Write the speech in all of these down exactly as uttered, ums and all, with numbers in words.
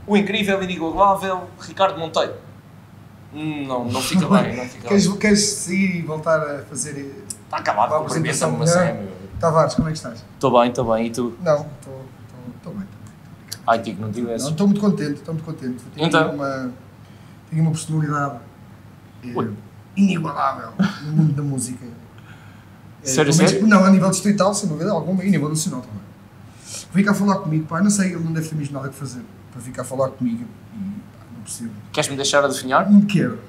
o incrível, inigualável Ricardo Monteiro. Não, não fica bem, não fica queres, bem. queres sair e voltar a fazer... Está acabado com a apresentação de uma cena. Tavares, como é que estás? Estou bem, estou bem, e tu? Não, estou bem. Ai, Tico, não tivesse. Não, estou muito contente, estou muito contente. Tenho então? Uma, tenho uma personalidade é, inigualável no mundo da música. É, sério, sério? Não, a nível distrital, sem dúvida alguma, e a nível nacional também. Vem cá falar comigo, pá, não sei, ele não deve ter mesmo nada que fazer para vir cá falar comigo e pá, não percebo. Queres-me deixar a definhar? Não quero.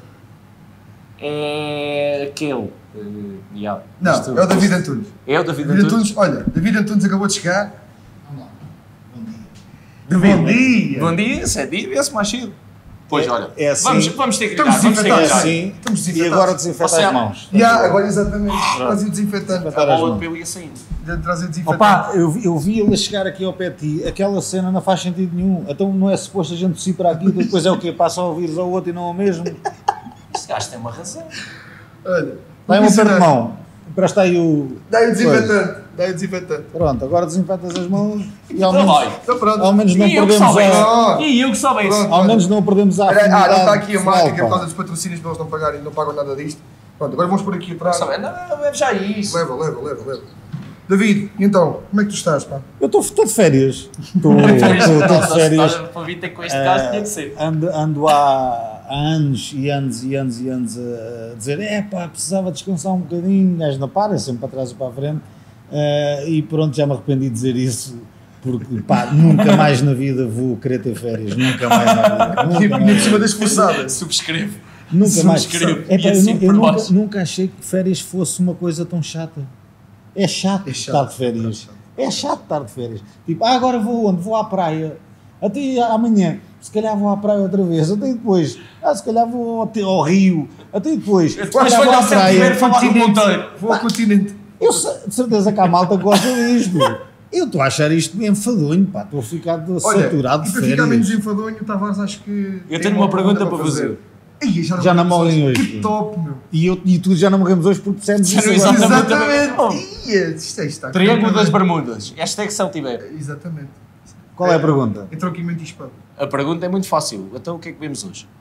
É aquele. Uh, yeah, não, isto, é o David Antunes. É o David, David Antunes? Antunes? Olha, David Antunes acabou de chegar. Vamos lá. Bom dia. David, bom dia! Bom dia, se é dia, vê-se mais cedo. Pois, é, olha, é assim, vamos, vamos ter que estamos ligar, vamos ter que desinfetados. ligar. Sim, Estamos e desinfetados. agora desinfeta Ou as mãos. Yeah, agora exatamente, trazia o desinfetante. A bola de pelo ia saindo. Trazia o desinfetante. Opa, eu, vi- eu vi ele chegar aqui ao pé de ti, aquela cena não faz sentido nenhum, então não é suposto a gente tossir para aqui, depois é o quê? Passa ao vírus ao outro e não ao mesmo. Este gajo tem uma razão. Olha, Dá-me um aperto de mão, empresta aí o... Dá-lhe o desinfetante, dá-lhe o desinfetante. Pronto, agora desinfetas as mãos e ao Então menos, vai. Então pronto. ao menos não E eu que perdemos soube a... isso. E eu que soube isso. Pronto. Ao menos não perdemos a Espera aí, afinidade. ah, não está aqui a marca que é por pessoal, causa dos patrocínios para eles não pagarem, não pagam nada disto. Pronto, agora vamos por aqui atrás. Sabe, não, não, leve já isso. Leva, leva, leva, leva. David, e então, como é que tu estás, pá? Eu estou de férias. Estou de férias. Para vir ter com este gajo tinha que ser. Ando, ando há, há anos e anos e anos e anos a dizer é pá, precisava descansar um bocadinho, gajo não para, sempre para trás e para a frente. Uh, e pronto, já me arrependi de dizer isso, porque pá, nunca mais na vida vou querer ter férias, nunca mais na vida. Nunca Ainda mais. por cima das forçadas. Subscrevo. Nunca mais. Subscrevo. É, pá, E eu, assim nu- por eu nunca, baixo. nunca achei que férias fosse uma coisa tão chata. É chato, É chato, estar de férias. É chato estar de férias. Tipo, ah, agora vou onde? Vou à praia. Até amanhã. Se calhar vou à praia outra vez. Até depois. Ah, se calhar vou ao, ao Rio. Até depois. Se Depois calhar foi vou à ao centro primeiro praia. falar com o Monteiro. Vou ao continente. Eu sei- de certeza que há malta que gosta disto. Eu estou a achar isto bem enfadonho, pá. Estou a ficar Olha, saturado de e para ficar menos férias. enfadonho, o Tavares acho que... Eu tenho uma pergunta para fazer. Ei, já Já não morrem hoje. Que top, meu. E, eu, e tu já não morremos hoje porque percebes isso Exato. agora. Exatamente. Ia, isto, é- isto está Triângulo das Bermudas. Hashtag se ele tiver. Exatamente. Qual é a pergunta? Entrou aqui mente e espada. A pergunta é muito fácil. Então o que é que vemos hoje?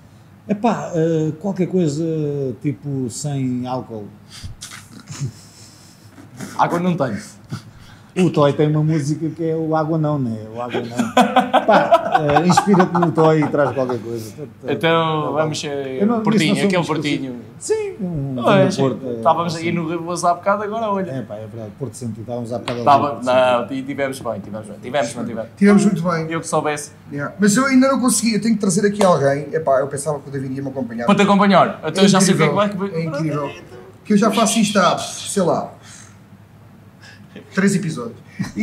Epá, uh, qualquer coisa tipo sem álcool. Água não tenho. O Toy tem uma música que é o Água Não, né? O Água Não. Pá, uh, inspira-te no Toy e traz qualquer coisa. Então vamos a Eu não- Portinho, isso não aquele sou muito Portinho. Sim, um Pois, Porto, é, estávamos assim. aí no Rebozo há bocado, agora olha. É pá, é verdade, Porto Centro, estávamos há bocado a Estava, dizer Porto não, e tivemos bem, tivemos bem. Tivemos, não tivemos. Tivemos muito bem. Eu que soubesse. Yeah. Mas eu ainda não consegui, eu tenho que trazer aqui alguém. Epá, eu pensava que o David ia me acompanhar. Para te acompanhar. Então eu já sei o que é que vai. incrível, É incrível. Que eu já faço isto há, sei lá, três episódios. E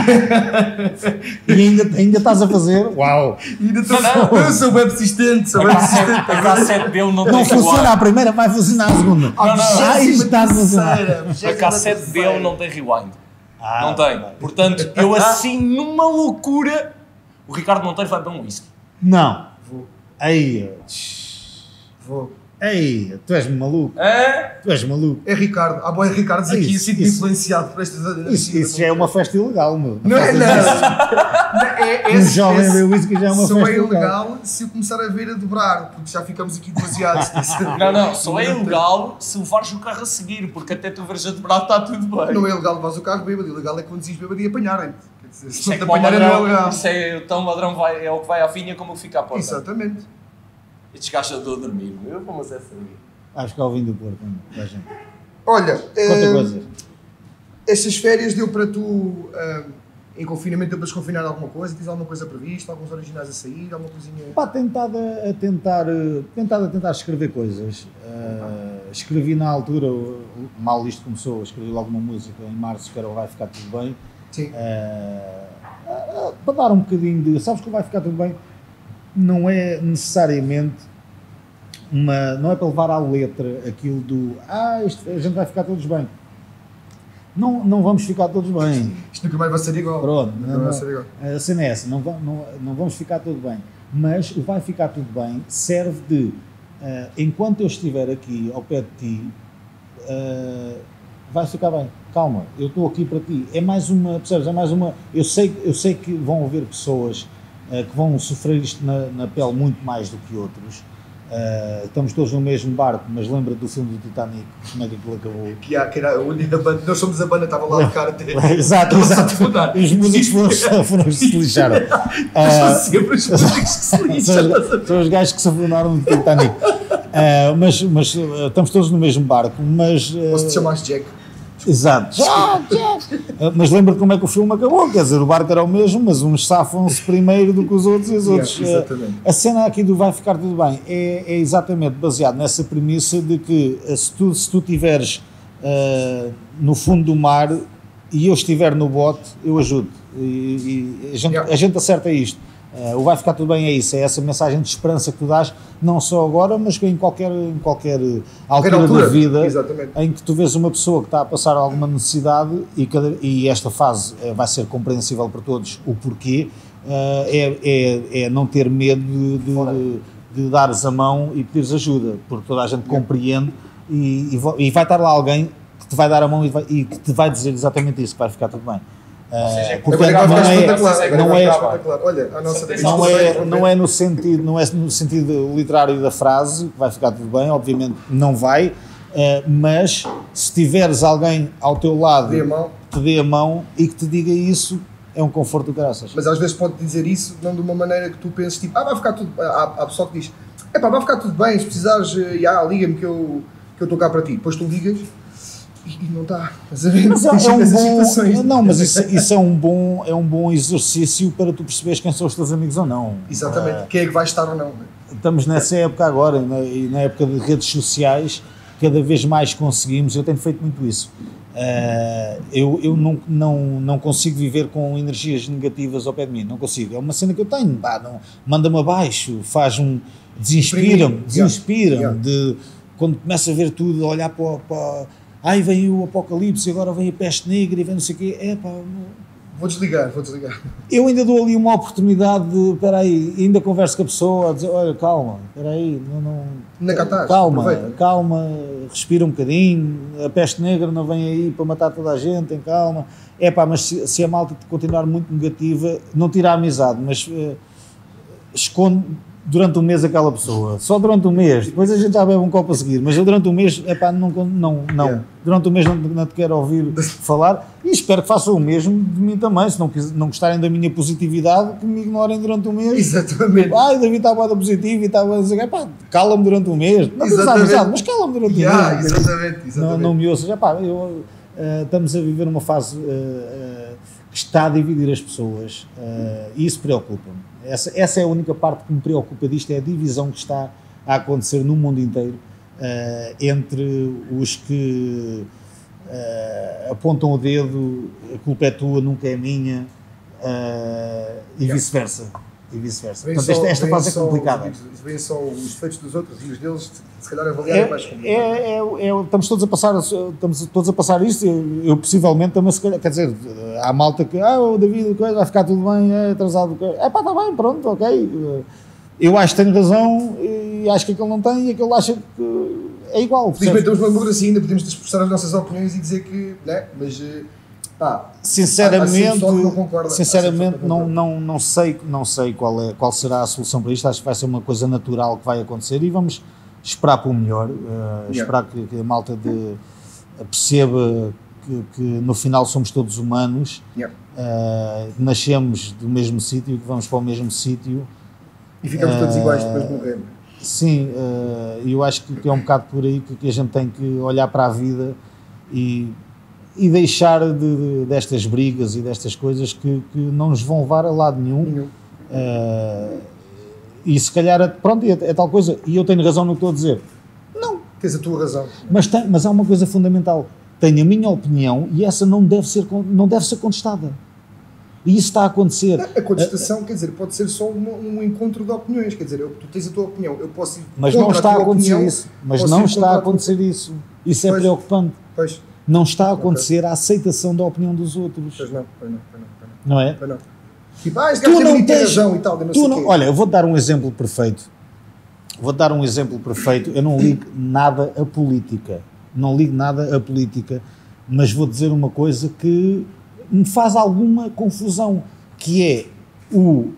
E ainda, ainda estás a fazer? Uau! e ainda estou. Não, não. Eu sou bem persistente, sou A bem cassete, persistente. a cassete dele não, Não tem funciona rewind. a primeira, vai funcionar a segunda. Não, não. Já está a funcionar. A cassete dele não tem rewind. Ah, Não tem. vai. Portanto, eu assim, numa loucura, o Ricardo Monteiro vai para um whisky. Não. Vou, Aí, vou. aí, tu és maluco. É? Tu és maluco. É Ricardo. Há boi Ricardo aqui, Isso, sinto-me isso. influenciado por estas. Isso, isso já é uma festa ilegal, meu. Não é nada. Não, é, é, Um jovem beber whisky já é uma só festa é ilegal. ilegal se eu começar a ver a dobrar, porque já ficamos aqui demasiado. Não, não, só é ilegal se levares o carro a seguir, porque até tu veres a dobrar está tudo bem. Não é ilegal levares o carro bêbado, ilegal é conduzires bêbado e apanharem-te. Quer dizer, se Isso é, não te como o apanharem não é ladrão, legal. isso é então o ladrão vai, é o que vai à vinha como o que fica à porta. Exatamente. Estes gajos andam a dormir, eu vou mas essa aí. Acho que ao vinho do Porto, não, gente. Olha, Conta eh, coisas. estas férias deu para tu, eh, em confinamento, deu para desconfinar alguma coisa? Tens alguma coisa prevista? Alguns originais a sair? Alguma coisinha? Pá, tentado a tentar, eh, tentado a tentar escrever coisas. Eh, escrevi na altura, mal isto começou, escrevi logo uma música em março que era o Vai Ficar Tudo Bem. Sim. Eh, eh, para dar um bocadinho de, sabes que o Vai Ficar Tudo Bem não é necessariamente uma, não é para levar à letra aquilo do, ah, isto, a gente vai ficar todos bem. Não, não vamos ficar todos bem. Isto nunca mais vai ser igual. Pronto, Nunca não, vai não, ser igual. a cena é essa, não, va- não, não vamos ficar tudo bem, mas o vai ficar tudo bem serve de, uh, enquanto eu estiver aqui ao pé de ti, uh, vai ficar bem, calma, eu estou aqui para ti, é mais uma, percebes, é mais uma, eu sei, eu sei que vão haver pessoas uh, que vão sofrer isto na, na pele muito mais do que outros. Uh, estamos todos no mesmo barco, mas lembra do filme do Titanic, como é que aquilo acabou? Que, há, que era a única banda, nós somos a banda, estava lá de cara até. Exato, exato. Os músicos foram, foram os que se lixaram. Uh, são sempre os músicos que se lixam. São, são os gajos que se afundaram no Titanic. Uh, mas mas uh, estamos todos no mesmo barco, mas... Uh, Posso te chamar Jack? Exato. Jack, Jack. Uh, mas lembra como é que o filme acabou, quer dizer, o barco era o mesmo, mas uns safam-se primeiro do que os outros e os outros... Yeah, exatamente. Uh, a cena aqui do vai ficar tudo bem é, é exatamente baseado nessa premissa de que uh, se tu, se tu tiveres uh, no fundo do mar e eu estiver no bote, eu ajudo. E, e a, gente, Yeah. a gente acerta isto. Uh, o vai ficar tudo bem é isso, é essa mensagem de esperança que tu dás, não só agora, mas em qualquer, em qualquer altura, altura da vida, exatamente. em que tu vês uma pessoa que está a passar alguma necessidade e, cada, e esta fase uh, vai ser compreensível para todos o porquê, uh, é, é, é não ter medo de, de, de dares a mão e pedires ajuda, porque toda a gente compreende e, e, e vai estar lá alguém que te vai dar a mão e, vai, e que te vai dizer exatamente isso, que vai ficar tudo bem. seja, Uh, porque Agora não vai ficar é, espetacular, agora não vai é, ficar espetacular. Olha, a nossa não é, não é no sentido, não é no sentido literário da frase, que vai ficar tudo bem, obviamente não vai, uh, mas se tiveres alguém ao teu lado Dê a mão. que te dê a mão e que te diga isso, é um conforto do caraças. Mas às vezes pode dizer isso não de uma maneira que tu penses tipo, ah, vai ficar tudo bem. Há, há pessoal que diz, é pá, vai ficar tudo bem, se precisares, já, liga-me que eu que eu estou cá para ti. Depois tu ligas e, e não está. Mas é, Mas é, é um essas bom, situações. não, mas isso, isso é, um bom, é um bom exercício para tu perceberes quem são os teus amigos ou não. Exatamente, Uh, quem é que vai estar ou não. Né? Estamos nessa época agora, e na, e na época de redes sociais, cada vez mais conseguimos, eu tenho feito muito isso. Uh, eu eu não, não, não consigo viver com energias negativas ao pé de mim, não consigo. É uma cena que eu tenho, pá, não, manda-me abaixo, faz um. Desinspira-me, desinspira-me. Yeah. De, quando começa a ver tudo, a olhar para, para. Ai, vem o apocalipse, agora vem a peste negra e vem não sei o quê. É pá. Vou desligar, vou desligar. Eu ainda dou ali uma oportunidade de, espera aí, ainda converso com a pessoa, a dizer, olha, calma, espera aí, não, não, Na catástrofe, calma, aproveita. calma, respira um bocadinho, a peste negra não vem aí para matar toda a gente, tem calma. É pá, mas se, se a malta continuar muito negativa, não tira a amizade, mas uh, esconde durante um mês aquela pessoa, só durante um mês, depois a gente já bebe um copo a seguir, mas eu durante um mês, é pá, não, não, não, Yeah. durante um mês não, não te quero ouvir falar e espero que façam o mesmo de mim também, se não, quis- não gostarem da minha positividade, que me ignorem durante um mês. Exatamente. Ai, David está a positivo e estava a dizer, pá, cala-me durante um mês, não tens Exatamente. amizade, mas cala-me durante um Yeah, mês. exatamente, Não, exatamente. não me ouças, já pá, eu, eh, estamos a viver uma fase eh, eh, que está a dividir as pessoas eh, e isso preocupa-me. Essa, essa é a única parte que me preocupa disto, é a divisão que está a acontecer no mundo inteiro eh, entre os que eh, apontam o dedo, a culpa é tua, nunca é minha, eh, e Yeah. vice-versa. E vice-versa. Vem Portanto, só- esta, esta vem fase é só complicada. os- Vêm só os defeitos dos outros e os deles, se calhar, avaliarem mais É, complicado. é, é, é, estamos todos a passar estamos todos a passar isto, eu, eu possivelmente também, se calhar, quer dizer, há malta que, ah, o David, vai ficar tudo bem, é atrasado, é pá, está bem, pronto, ok, eu acho que tenho razão e acho que aquele não tem e aquele acha que é igual, Felizmente percebes? estamos numa democracia, ainda podemos expressar as nossas opiniões e dizer que, né? Mas, eh, pá, Sinceramente, há sempre pessoal que não concorda. Há sempre sinceramente pessoal que não, não não, não sei, não sei qual, é, qual será a solução para isto, acho que vai ser uma coisa natural que vai acontecer e vamos esperar para o melhor, uh, Yeah. esperar que, que a malta de, perceba que, que no final somos todos humanos, Yeah. uh, nascemos do mesmo sítio e que vamos para o mesmo sítio. E ficamos todos Eh, iguais depois de morrer. Sim, uh, eu acho que, que é um bocado por aí que, que a gente tem que olhar para a vida e, e deixar de, de- destas brigas e destas coisas que, que não nos vão levar a lado nenhum. Nenhum. Uh, e se calhar, pronto, é, é tal coisa, e eu tenho razão no que estou a dizer, Tens a tua razão. mas, tem, mas há uma coisa fundamental, tenho a minha opinião e essa não deve ser, con- não deve ser contestada. E isso está a acontecer. A contestação, quer dizer, pode ser só uma- um encontro de opiniões. Quer dizer, eu- tu tens a tua opinião, eu posso ir Mas contra não está a tua acontecer opinião, isso. Mas posso não ir está contra a a tua- acontecer isso. Isso é Pois. preocupante. Pois, Não está a acontecer a aceitação da opinião dos outros. pois não, pois não, pois não, pois não. Não é? Pois não. Tipo, ah, este Tu gajo tem não muita tens- razão e tal, de não Tu sei não- quê. olha, eu vou dar um exemplo perfeito. Vou dar um exemplo perfeito. Eu não ligo nada a política. Não ligo nada a política. Mas vou dizer uma coisa que me faz alguma confusão, que é o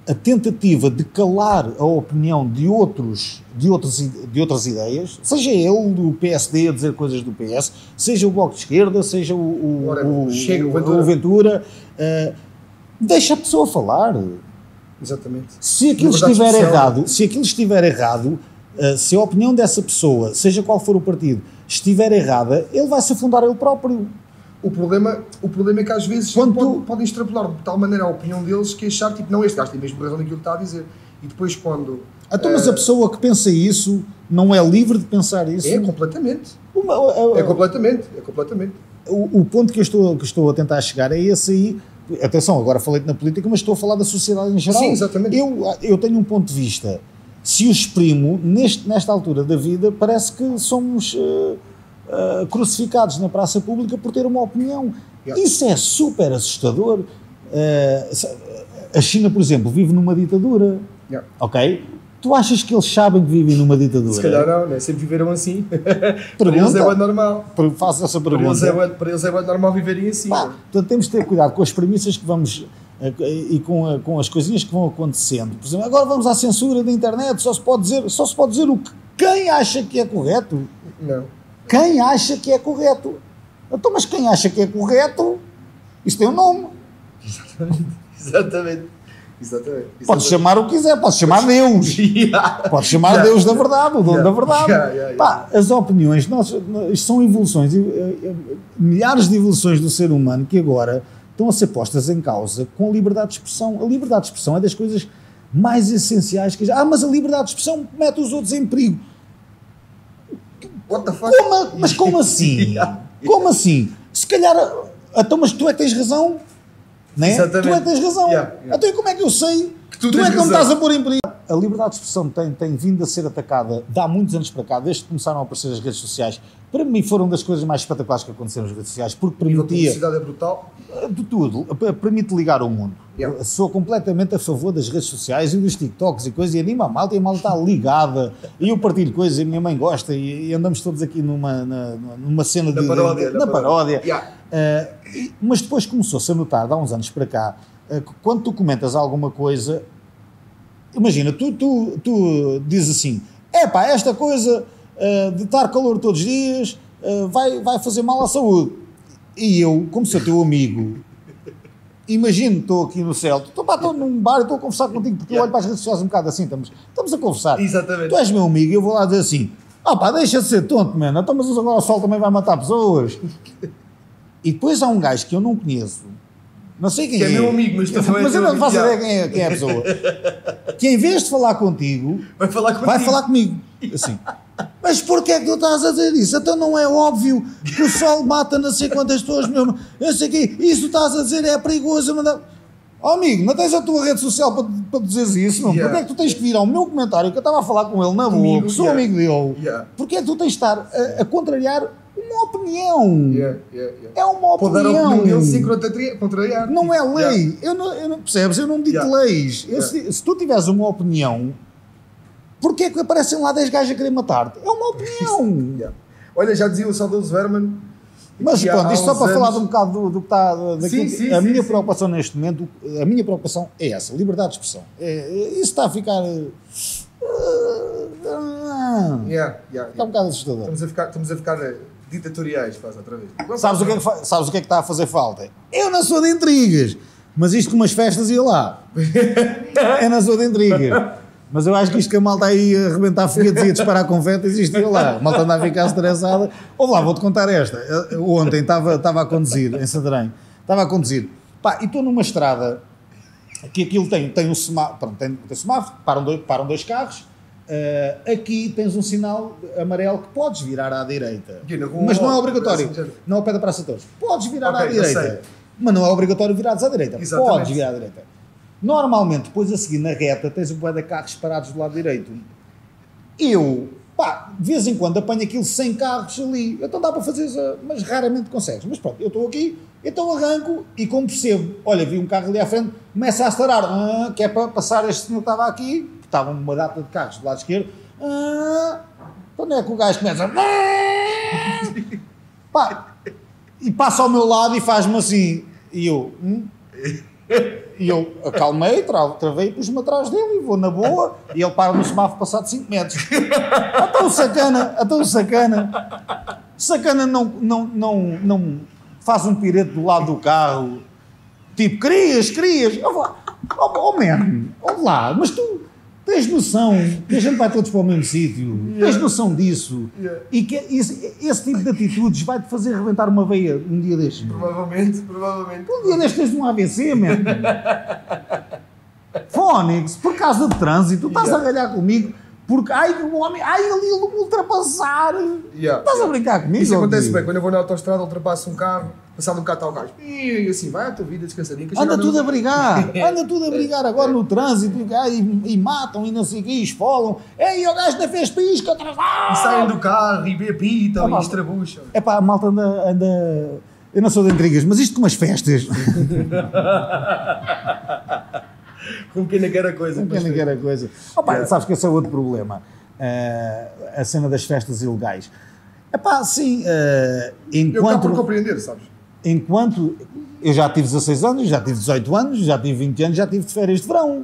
a tentativa de calar a opinião de, outros, de, outros, de outras ideias, seja ele do P S D a dizer coisas do P S, seja o Bloco de Esquerda, seja o, o, Ora, o, chega, o, o Ventura, o Ventura uh, deixa a pessoa falar. Exatamente. Se aquilo estiver errado, se aquilo estiver errado, uh, se a opinião dessa pessoa, seja qual for o partido, estiver errada, ele vai se afundar ele próprio. O problema, o problema é que às vezes Quando pode, tu... podem extrapolar de tal maneira a opinião deles que achar, tipo, não, este gajo tem mesmo razão naquilo que está a dizer. E depois quando... Então, mas uh, a pessoa que pensa isso não é livre de pensar isso? É, completamente. Uma, uh, uh, é completamente, é completamente. O, o ponto que eu, estou, que estou a tentar chegar é esse aí. Atenção, agora falei na política, mas estou a falar da sociedade em geral. Sim, exatamente. Eu, eu tenho um ponto de vista. Se o exprimo, neste, nesta altura da vida, parece que somos... Uh, Uh, crucificados na praça pública por ter uma opinião. Yeah. Isso é super assustador. Uh, a China, por exemplo, vive numa ditadura. Yeah. Ok? Tu achas que eles sabem que vivem numa ditadura? Se calhar não, né? Sempre viveram assim. Pergunta, para eles é bem normal. Faço essa pergunta. Para eles é bem, para eles é bem normal viverem assim. Pá, portanto, temos de ter cuidado com as premissas que vamos... e com, a, com as coisinhas que vão acontecendo. Por exemplo, agora vamos à censura da internet, só se pode dizer, só se pode dizer o que quem acha que é correto. Não. Quem acha que é correto. Então, mas quem acha que é correto, isso tem um nome. Exatamente. Exatamente. Exatamente. Pode chamar o que quiser, pode chamar Deus. Yeah. Pode chamar Yeah. Deus da verdade, o dono Yeah. da verdade. Yeah, yeah, yeah. Pá, as opiniões, nós, isto são evoluções, milhares de evoluções do ser humano que agora estão a ser postas em causa com a liberdade de expressão. A liberdade de expressão é das coisas mais essenciais que... Ah, mas a liberdade de expressão mete os outros em perigo. What the fuck? Como, mas como assim? Yeah. Como assim? Se calhar, então, mas tu é que tens razão, né? Exatamente. Tu é que tens razão. Yeah, yeah. Então, e como é que eu sei que tu, tu tens é que não razão. estás a pôr em perigo? A liberdade de expressão tem, tem vindo a ser atacada de há muitos anos para cá, desde que começaram a aparecer as redes sociais. Para mim foram das coisas mais espetaculares que aconteceram nas redes sociais, porque E a permitia... publicidade é brutal. De tudo, permite ligar ao mundo. Yeah. Sou completamente a favor das redes sociais e dos TikToks e coisas, e anima a malta, e a malta está ligada, e eu partilho coisas, e a minha mãe gosta, e, e andamos todos aqui numa, na, numa cena Na de... paródia. de, na paródia. Yeah. Uh, e, mas depois começou-se a notar, de há uns anos para cá, uh, que quando tu comentas alguma coisa, imagina, tu, tu, tu dizes assim, epá, esta coisa uh, de estar calor todos os dias uh, vai, vai fazer mal à saúde. E eu, como sou teu amigo, imagino, estou aqui no céu, estou, pá, estou num bar e estou a conversar contigo, porque yeah. eu olho para as redes sociais um bocado assim, estamos, estamos a conversar. Exatamente. Tu és meu amigo e eu vou lá dizer assim, ah pá, deixa de ser tonto, mano, então, mas agora o sol também vai matar pessoas. E depois há um gajo que eu não conheço, não sei quem que é. é meu amigo, mas tu Mas eu não faço ideia quem é, quem é a pessoa. Que em vez de falar contigo, vai falar, contigo. vai falar comigo. Assim. Mas porquê é que tu estás a dizer isso? Então não é óbvio que o sol mata não sei quantas pessoas, meu, eu sei que isso que estás a dizer é perigoso. Não dá... Oh amigo, não tens a tua rede social para, para dizeres isso? Não? Yeah. Porquê é que tu tens que vir ao meu comentário, que eu estava a falar com ele na boa, que sou yeah. amigo dele? Yeah. Porquê é que tu tens de estar a, a contrariar uma opinião? Yeah, yeah, yeah. É uma opinião. Pode dar a opinião dele sem contrariar. Não é lei. Yeah. Eu não, eu não, percebes? Eu não digo Yeah. leis. Eu, Yeah. se, se tu tiveres uma opinião, porquê é que aparecem lá dez gajos a querer matar-te? É uma opinião. Yeah. Olha, já dizia o saudoso Verman. Mas que pronto, há isto só uns para anos... falar de um bocado do, do que está... Daquilo, Sim, sim, a sim, minha sim. preocupação neste momento, a minha preocupação é essa, liberdade de expressão. É, é, isso está a ficar... Uh, uh, Yeah, yeah, está um yeah. bocado assustador. Estamos a ficar, estamos a ficar uh, ditatoriais, faz outra vez. Sabes o, que é que fa- sabes o que é que está a fazer falta? Eu não sou de intrigas, mas isto com umas festas ia lá. Eu não sou de intrigas. Mas eu acho que isto que a malta aí a arrebentar foguetes e a disparar confetes, isto ia lá. A malta anda a ficar estressada. Ou lá, vou-te contar esta. Eu, ontem estava, estava a conduzir em Santarém. Estava a conduzir. Pá, e estou numa estrada que aquilo tem, tem um semáforo. Pronto, tem, tem semáforo, param dois, param dois carros. Uh, aqui tens um sinal amarelo que podes virar à direita. Aqui na rua, Mas não é obrigatório. assim, não ao pé da Praça de Touros. Podes virar Ok, à eu direita. sei. Mas não é obrigatório virares à direita. Exatamente. Podes virar à direita. Normalmente, depois a seguir na reta, tens um bué de carros parados do lado direito. Eu, pá, de vez em quando apanho aquilo sem carros ali. Então dá para fazer isso, mas raramente consegues. Mas pronto, eu estou aqui, então arranco e como percebo, olha, vi um carro ali à frente, começa a acelerar, ah, que é para passar este senhor que estava aqui, que estava uma data de carros do lado esquerdo, ah, quando é que o gajo começa a... Pá, e passa ao meu lado e faz-me assim, e eu... Hum? E eu acalmei, tra- travei e pus-me atrás dele e vou na boa e ele para no semáforo passado cinco metros. Então o sacana, então o sacana, sacana não, não, não, não faz um pirete do lado do carro, tipo, querias, querias. Eu vou, oh, oh man, olha lá, mas tu tens noção que a gente vai todos para o mesmo sítio, yeah. tens noção disso, yeah. e que esse, esse tipo de atitudes vai-te fazer rebentar uma veia um dia destes. Provavelmente, provavelmente. Um dia destes tens um A V C, man. Fónix, por causa de trânsito, estás yeah. a ralhar comigo, porque ai, o homem, ai, ele ia me ultrapassar. Yeah. Estás a brincar comigo? Isso acontece bem, quando eu vou na autostrada, ultrapasso um carro, passado um bocado está o gajo, e assim, vai à tua vida descansadinho. Anda tudo a brigar, anda tudo a brigar agora no trânsito, e, e matam, e não sei o quê, e esfolam. Ei, o gajo ainda fez pisca, atrasado. E saem do carro, e bebitam, e estrabucham. É pá, a malta anda, anda... Eu não sou de intrigas, mas isto com umas festas... Com quem não quer a coisa. Com quem não quer a coisa. Opa, yeah. Sabes que esse é outro problema. Uh, a cena das festas ilegais. Epá, sim, uh, enquanto... Eu acabo por compreender, sabes? Enquanto... Eu já tive dezasseis anos, já tive dezoito anos, já tive vinte anos, já tive de férias de verão.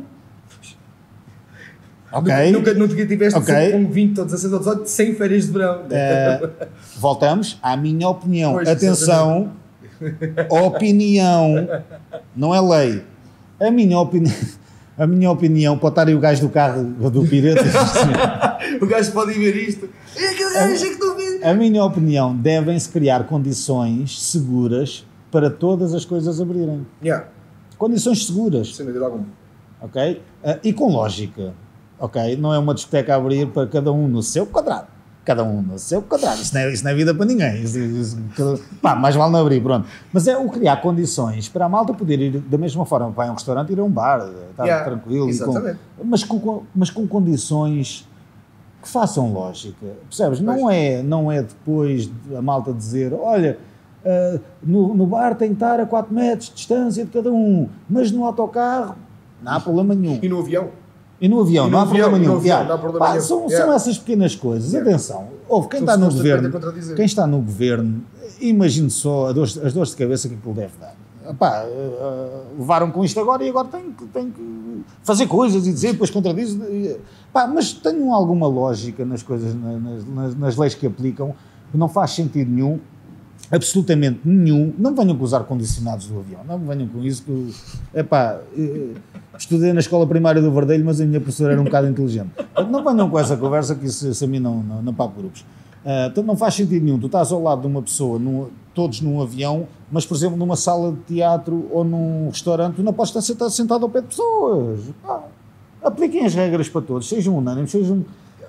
Ok. Nunca, nunca tiveste okay. com vinte ou dezasseis ou dezoito sem férias de verão. Uh, voltamos à minha opinião. Pois, atenção, opinião, não é lei. A minha opinião, a minha opinião, pode estar aí o gajo do carro do pirata. O gajo pode ir ver isto. É aquele gajo que tu vês. A minha opinião, devem-se criar condições seguras para todas as coisas abrirem. Yeah. Condições seguras. Sem dúvida alguma. Ok? Uh, e com lógica. Ok? Não é uma discoteca a abrir para cada um no seu quadrado. Cada um no seu quadrado. Isso não é, isso não é vida para ninguém. Isso, isso, isso, pá, mais vale não abrir, pronto. Mas é o criar condições para a malta poder ir da mesma forma para um restaurante, ir a um bar, estar yeah, tranquilo. Exatamente. Com, mas, com, mas com condições que façam lógica. Percebes? Não é, não é depois a malta dizer, olha, uh, no, no bar tem que estar a quatro metros de distância de cada um, mas no autocarro não há problema nenhum. E no avião? E no avião, e no não, há avião, problema nenhum. Avião, não há problema Pá, nenhum. São, Yeah. são essas pequenas coisas. Yeah. Atenção, houve quem está no governo, quem está no governo, imagine só as dores, as dores de cabeça que aquilo deve dar. Pá, uh, levaram com isto agora e agora tem que, tem que fazer coisas e dizer, depois contradiz. Pá, mas tenham alguma lógica nas coisas, nas, nas, nas leis que aplicam, que não faz sentido nenhum. Absolutamente nenhum. Não venham com os ar-condicionados do avião, não venham com isso que, epá, estudei na escola primária do Verdelho, mas a minha professora era um bocado inteligente. Não venham com essa conversa que isso, isso a mim não, não, não papo grupos. Uh, então não faz sentido nenhum, tu estás ao lado de uma pessoa, num, todos num avião, mas por exemplo numa sala de teatro ou num restaurante, tu não podes estar sentado, sentado ao pé de pessoas. Ah, apliquem as regras para todos, sejam unânimes, sejam...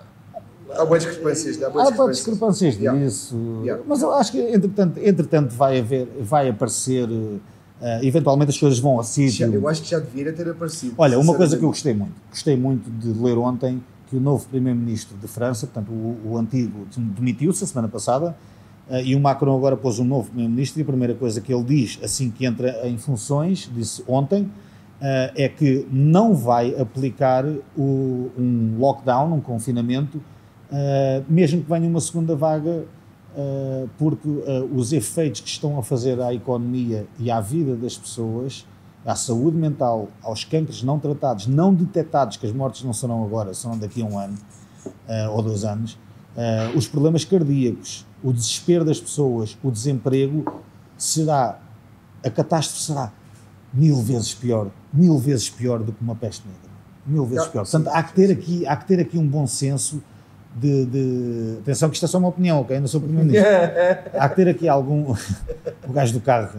Há boas discrepâncias, há boas discrepâncias, discrepâncias yeah. disso, yeah. mas eu acho que entretanto, entretanto vai, haver, vai aparecer, uh, eventualmente as coisas vão ao sítio. Eu acho que já devia ter aparecido. Olha, uma coisa que eu gostei muito, gostei muito de ler ontem, que o novo primeiro-ministro de França, portanto o, o antigo demitiu-se a semana passada, uh, e o Macron agora pôs um novo primeiro-ministro, e a primeira coisa que ele diz, assim que entra em funções, disse ontem, uh, é que não vai aplicar o, um lockdown, um confinamento, Uh, mesmo que venha uma segunda vaga, uh, porque uh, os efeitos que estão a fazer à economia e à vida das pessoas, à saúde mental, aos cancros não tratados, não detectados, que as mortes não serão agora, serão daqui a um ano uh, ou dois anos, uh, os problemas cardíacos, o desespero das pessoas, o desemprego, será, a catástrofe será mil vezes pior, mil vezes pior do que uma peste negra, mil vezes pior. Portanto, há que ter aqui, há que ter aqui um bom senso. De, de... Atenção que isto é só uma opinião, ok? Eu não sou primeiro-ministro. Há que ter aqui algum... O gajo do carro.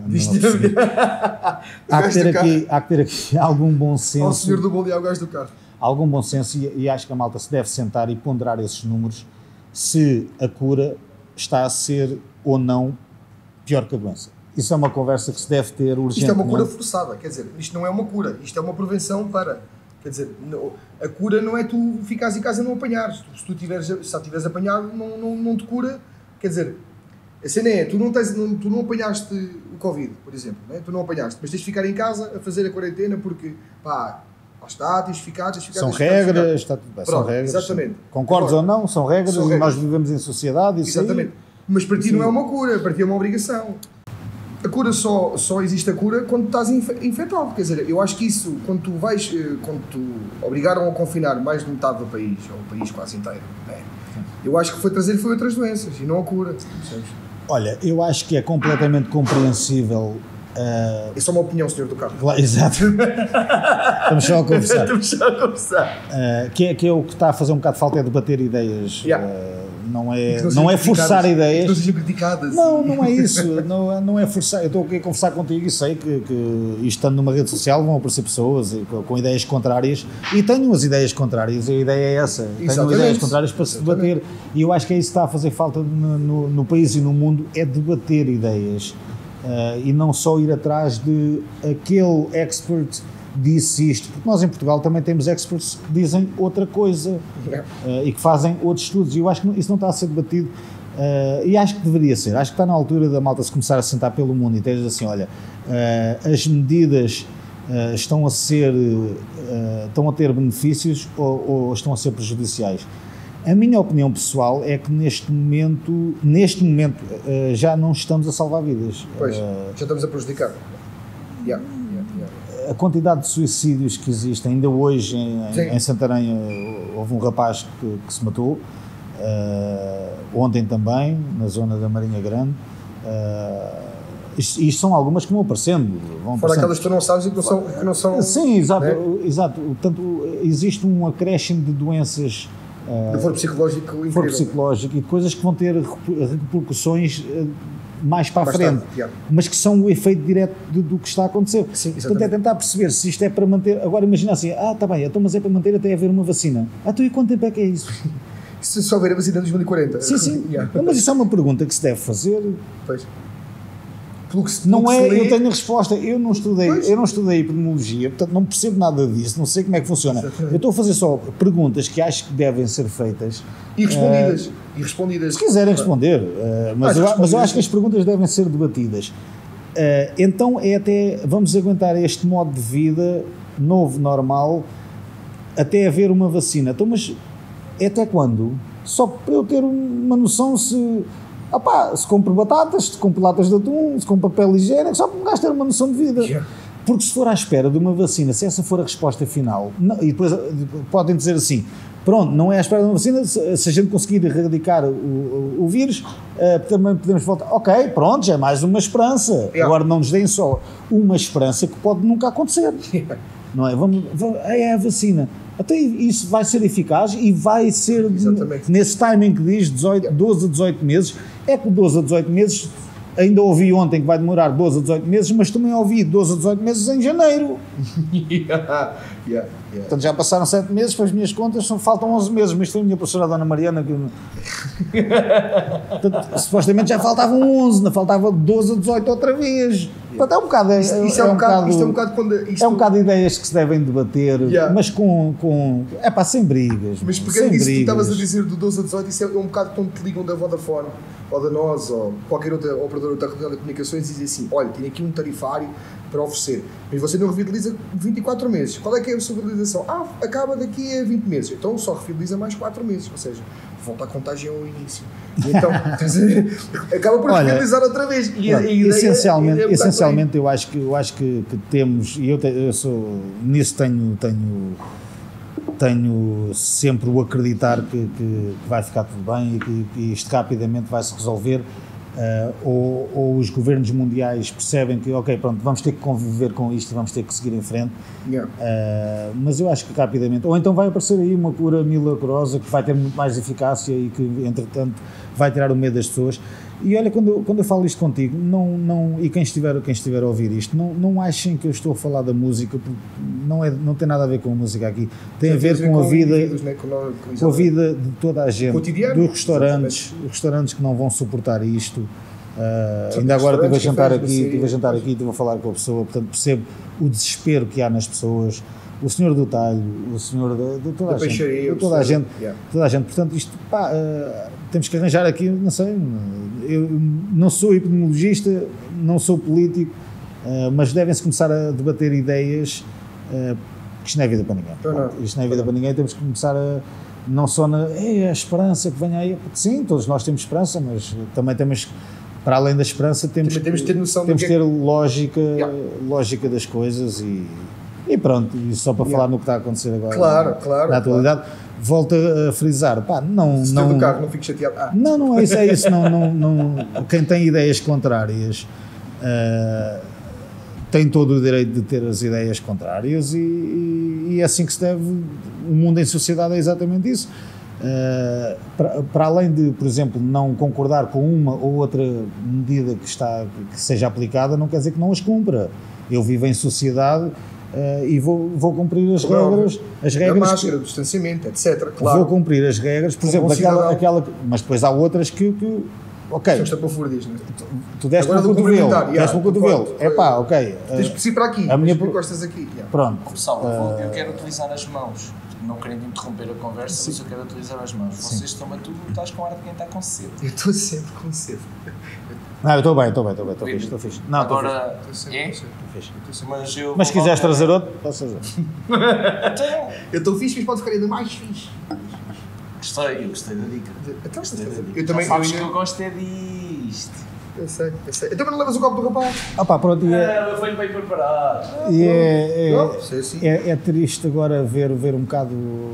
Há que ter aqui, há que ter aqui algum bom senso. Ao senhor do bolo e ao gajo do carro. Algum bom senso e, e acho que a malta se deve sentar e ponderar esses números se a cura está a ser ou não pior que a doença. Isso é uma conversa que se deve ter urgentemente. Isto é uma cura forçada, quer dizer, isto não é uma cura, isto é uma prevenção para... Quer dizer, a cura não é tu ficares em casa e não apanhares. Se tu tiveres, se já tiveres apanhado, não, não, não te cura. Quer dizer, a cena é, tu não, tens, não, tu não apanhaste o Covid, por exemplo, né? Tu não apanhaste, mas tens de ficar em casa a fazer a quarentena porque, pá, lá está, tens de ficar, tens de ficar. São tens de regras, ficar. está tudo bem, Pronto, são regras. Exatamente. Concordes Agora, ou não, são regras, são e regras. nós vivemos em sociedade. Isso exatamente. Aí, mas para ti isso não é aí. uma cura, para ti é uma obrigação. A cura só, só existe a cura quando estás inf- infectado. Quer dizer, eu acho que isso, quando tu vais, eh, quando tu obrigaram a confinar mais de metade do país, ou o país quase inteiro, né? Eu acho que foi trazer foi outras doenças e não a cura. Percebes? Olha, eu acho que é completamente compreensível. Uh, É só uma opinião, senhor do Carlos. Claro, exato. Estamos só a conversar. Estamos só a conversar. Uh, que, é, que é o que está a fazer um bocado de falta é debater ideias. Yeah. Uh, não é, não não é sejam forçar criticadas, ideias. que não sejam criticadas. Não, não é isso. não, não é forçar. Eu estou aqui a conversar contigo e sei que, que isto estando numa rede social vão aparecer pessoas com, com ideias contrárias e tenho as ideias contrárias e a ideia é essa. Tenho Exatamente. ideias contrárias para se debater e eu acho que é isso que está a fazer falta no, no, no país e no mundo, é debater ideias. Uh, e não só ir atrás de aquele expert disse isto, porque nós em Portugal também temos experts que dizem outra coisa uh, e que fazem outros estudos e eu acho que isso não está a ser debatido uh, e acho que deveria ser, acho que está na altura da malta se começar a sentar pelo mundo e ter assim, olha, uh, as medidas uh, estão a ser uh, estão a ter benefícios ou, ou estão a ser prejudiciais. A minha opinião pessoal é que neste momento, neste momento uh, já não estamos a salvar vidas. Pois, Uh, já estamos a prejudicar. Yeah, yeah, yeah. a quantidade de suicídios que existem, ainda hoje em, em Santarém houve um rapaz que, que se matou, uh, ontem também, na zona da Marinha Grande. Uh, isto, isto são algumas que vão aparecendo. Vão Fora aparecendo. aquelas que tu não sabes e que não são... Que não são Sim, exato, né? exato. Portanto, existe um acréscimo de doenças uh, do foro psicológico incrível. foro psicológico e de coisas que vão ter repercussões uh, mais para a frente, Bastante, yeah. mas que são o efeito direto do, do que está a acontecer. Sim, portanto, é tentar perceber se isto é para manter. Agora, imagina assim: ah, está bem, então, mas é para manter até haver uma vacina. Ah, tu e quanto tempo é que é isso? Se só houver a vacina em dois mil e quarenta. Sim, sim. Yeah. Não, mas isso é uma pergunta que se deve fazer. Pois. Pelo que se, Não pelo é, que se lê, eu tenho a resposta, eu não estudei, Pois. eu não estudei epidemiologia, portanto não percebo nada disso, não sei como é que funciona. Exatamente. Eu estou a fazer só perguntas que acho que devem ser feitas. E respondidas. e respondidas. Se quiserem responder, uh, mas, Acho eu, que mas eu respondidas. acho que as perguntas devem ser debatidas. Uh, então é até, vamos aguentar este modo de vida novo, normal, até haver uma vacina. Então, mas é até quando? Só para eu ter uma noção se... Opá, se compro batatas, se compro latas de atum, se compro papel higiênico, só para um gajo ter uma noção de vida. Yeah. Porque se for à espera de uma vacina, se essa for a resposta final, não, e depois podem dizer assim, pronto, não é à espera de uma vacina, se, se a gente conseguir erradicar o, o, o vírus, uh, também podemos voltar. Ok, pronto, já é mais uma esperança. Yeah. Agora não nos deem só uma esperança que pode nunca acontecer. Yeah. Não é? Vamos, vamos, é a vacina. Até isso vai ser eficaz e vai ser Exatamente. nesse timing que diz dezoito, doze a dezoito meses. É que doze a dezoito meses, ainda ouvi ontem que vai demorar doze a dezoito meses, mas também ouvi doze a dezoito meses em janeiro. yeah. Yeah. Yeah. Portanto, já passaram sete meses, para as minhas contas, só faltam onze meses, mas foi a minha professora a Dona Mariana que... Portanto, supostamente já faltavam onze, ainda faltava doze a dezoito outra vez. Portanto, é um bocado... É, Isto, isto é, é, um um bocado, bocado, isto é um bocado quando... Isto, é um bocado de ideias que se devem debater, Yeah. mas com, com... É pá, sem brigas. Mas sem pegando isso que tu brigas. estavas a dizer do doze a dezoito, isso é um bocado quando te ligam da Vodafone ou da Nós ou qualquer outra operadora de telecomunicações e dizem assim, olha, tenho aqui um tarifário para oferecer, mas você não revitaliza vinte e quatro meses. Qual é que é a sua revitalização? Ah, acaba daqui a vinte meses. Então só revitaliza mais quatro meses, ou seja, volta à contagem ao início. E então, acaba por Olha, revitalizar outra vez. E a- Olha, a ideia essencialmente, é um bocado essencialmente eu acho que, eu acho que, que temos, e eu, te, eu sou, nisso tenho, tenho, tenho sempre o acreditar que, que, que vai ficar tudo bem e que, que isto rapidamente vai se resolver. Uh, ou, ou os governos mundiais percebem que, ok, pronto, vamos ter que conviver com isto, vamos ter que seguir em frente, Yeah. uh, mas eu acho que rapidamente, ou então vai aparecer aí uma cura milagrosa que vai ter muito mais eficácia e que, entretanto, vai tirar o medo das pessoas. E olha, quando eu, quando eu falo isto contigo, não, não, e quem estiver, quem estiver a ouvir isto, não, não achem que eu estou a falar da música, porque não, é, não tem nada a ver com a música aqui, tem a ver com a vida, indivíduos, né, com nós, com com a vida de toda a gente, Cotidiano. dos restaurantes, os restaurantes que não vão suportar isto. Uh, ainda agora estive a restaurantes, jantar cafés, aqui, estive a mercearias. jantar aqui, estive a falar com a pessoa, portanto percebo o desespero que há nas pessoas, o senhor do talho, o senhor de, de toda Da a gente, peixaria, de toda o a senhor- gente, yeah. toda a gente, portanto isto, pá, uh, temos que arranjar aqui, não sei, eu não sou epidemiologista, não sou político, uh, mas devem-se começar a debater ideias, uh, que isto não é vida para ninguém, Não, não. isto não é vida para ninguém, temos que começar a, não só na é a esperança que venha aí, sim, todos nós temos esperança, mas também temos para além da esperança, temos, Também temos de ter noção temos do de que ter é lógica, Yeah. lógica das coisas e, e pronto, e só para Yeah. falar no que está a acontecer agora Claro, na, claro, na atualidade, volto a frisar, pá, não, Se não, do carro, não fico chateado. Ah, não, não é isso, é isso, não, não, não, quem tem ideias contrárias uh, tem todo o direito de ter as ideias contrárias e, e, e é assim que se deve, o mundo em sociedade é exatamente isso. Uh, para, para além de, por exemplo, não concordar com uma ou outra medida que, está, que seja aplicada, não quer dizer que não as cumpra. Eu vivo em sociedade uh, e vou, vou cumprir as Como é regras, óbvio. as a regras máscara, o distanciamento, etcétera. Claro. vou cumprir as regras, por Como exemplo, um aquela, cidadão. aquela, mas depois há outras que, que ok, São estapafúrdias, não é? tu deste Agora no do cotovelo, complementar, deste no yeah, cotovelo, concordo. é pá, ok, Tens que ir para aqui, a minha tens que pro- encostas aqui. Yeah. pronto. Pessoal, eu, vou- eu Uh, quero utilizar as mãos. Não querendo interromper a conversa, mas eu quero utilizar as mãos. Vocês estão a tudo, estás com ar de quem está com sede. Eu estou sempre com sede. Não, eu estou bem, estou bem, estou bem, estou fixe, estou fixe. Não, estou fixe, Agora, Estou sempre é? com sede. estou fixe. Estou sempre- Mas eu. Mas se vou quiseres lá- trazer outro, posso fazer. Então, Eu estou fixe, mas pode ficar ainda mais fixe. Gostei, eu gostei da dica. Então, Gostei da dica. eu também Já sabes eu, que eu ainda- gosto é disto. eu sei, eu sei. Então, mas não levas o copo do rapaz? Ah pá, pronto, e é, Ah, eu venho bem preparado. e é, Não, é, isso é assim. é, é triste agora ver, ver um bocado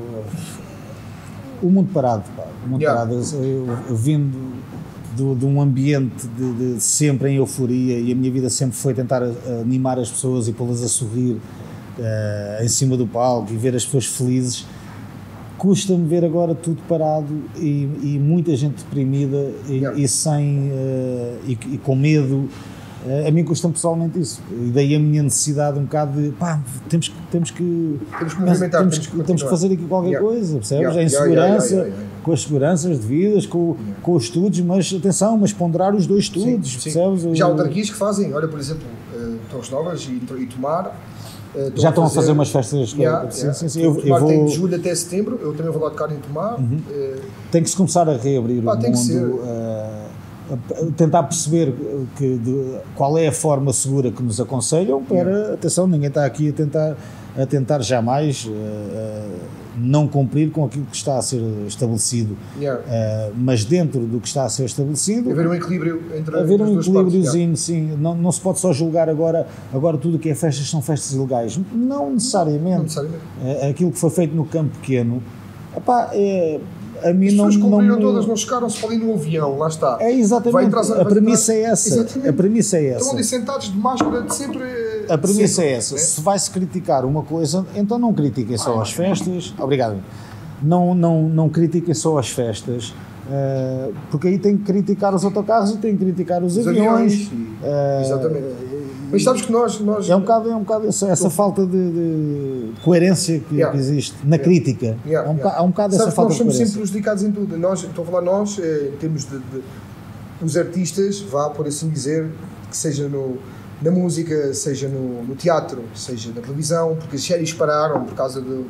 o mundo parado, pá, o mundo Yeah. parado, eu, eu vindo do, de um ambiente de, de sempre em euforia e a minha vida sempre foi tentar a- animar as pessoas e pô-las a sorrir eh, em cima do palco e ver as pessoas felizes. Custa-me ver agora tudo parado e, e muita gente deprimida e, Yeah. e sem eh, e, e com medo. Eh, a mim custa-me pessoalmente isso. E daí a minha necessidade um bocado de pá, temos, que- temos que Temos que movimentar, temos, temos que, que temos que continuar. fazer aqui qualquer Yeah. coisa, percebes? Yeah, Em yeah, yeah, segurança, yeah, yeah, yeah. com as seguranças devidas, com, com os estudos, mas atenção, mas ponderar os dois estudos, Sim, sim. percebes? Já há O- autarquias que fazem, olha, por exemplo, uh, Torres Novas e, e Tomar. uh, já estão a fazer umas festas. Yeah, sim, yeah. sim, sim. Eu, eu Tomar tem vou, de julho até setembro, eu também vou lá tocar em Tomar. Uhum. uh, tem que se começar a reabrir Pá, o tem que mundo, ser. eh, a- a tentar perceber que, de- qual é a forma segura que nos aconselham para, atenção, ninguém está aqui a tentar, a tentar jamais eh, eh, não cumprir com aquilo que está a ser estabelecido, yeah. eh, mas dentro do que está a ser estabelecido, Haver um equilíbrio entre haver as um duas partes. equilíbriozinho, sim, não, não se pode só julgar agora, agora tudo o que é festas são festas ilegais, não necessariamente. Yeah. Não necessariamente. Eh, aquilo que foi feito no campo pequeno, epá, é, a mim As não, pessoas não cumpriram me- todas, não chegaram-se para ali no avião, lá está. é Vai exatamente, entrar- a vai premissa entrar- é essa, Exatamente. a premissa é Estão ali essa, sentados de máscara de sempre. a premissa sempre, é essa, né? se vai-se criticar uma coisa, então não critiquem só as festas, obrigado, não, não, não critiquem só as festas, eh, porque aí tem que criticar os autocarros e tem que criticar os, Os aviões, aviões, e- eh, exatamente. Mas sabes que nós. nós é um bocado, é um bocado essa, essa falta de, de coerência que, Yeah. que existe na crítica, Yeah, há um, yeah. bocado- há um bocado essa Sabes que falta nós de somos sempre coerência. prejudicados em tudo. Nós, estou a falar nós, eh, em termos de, de os artistas, vá por assim dizer, que seja no, na música, seja no, no teatro, seja na televisão, porque as séries pararam por causa do,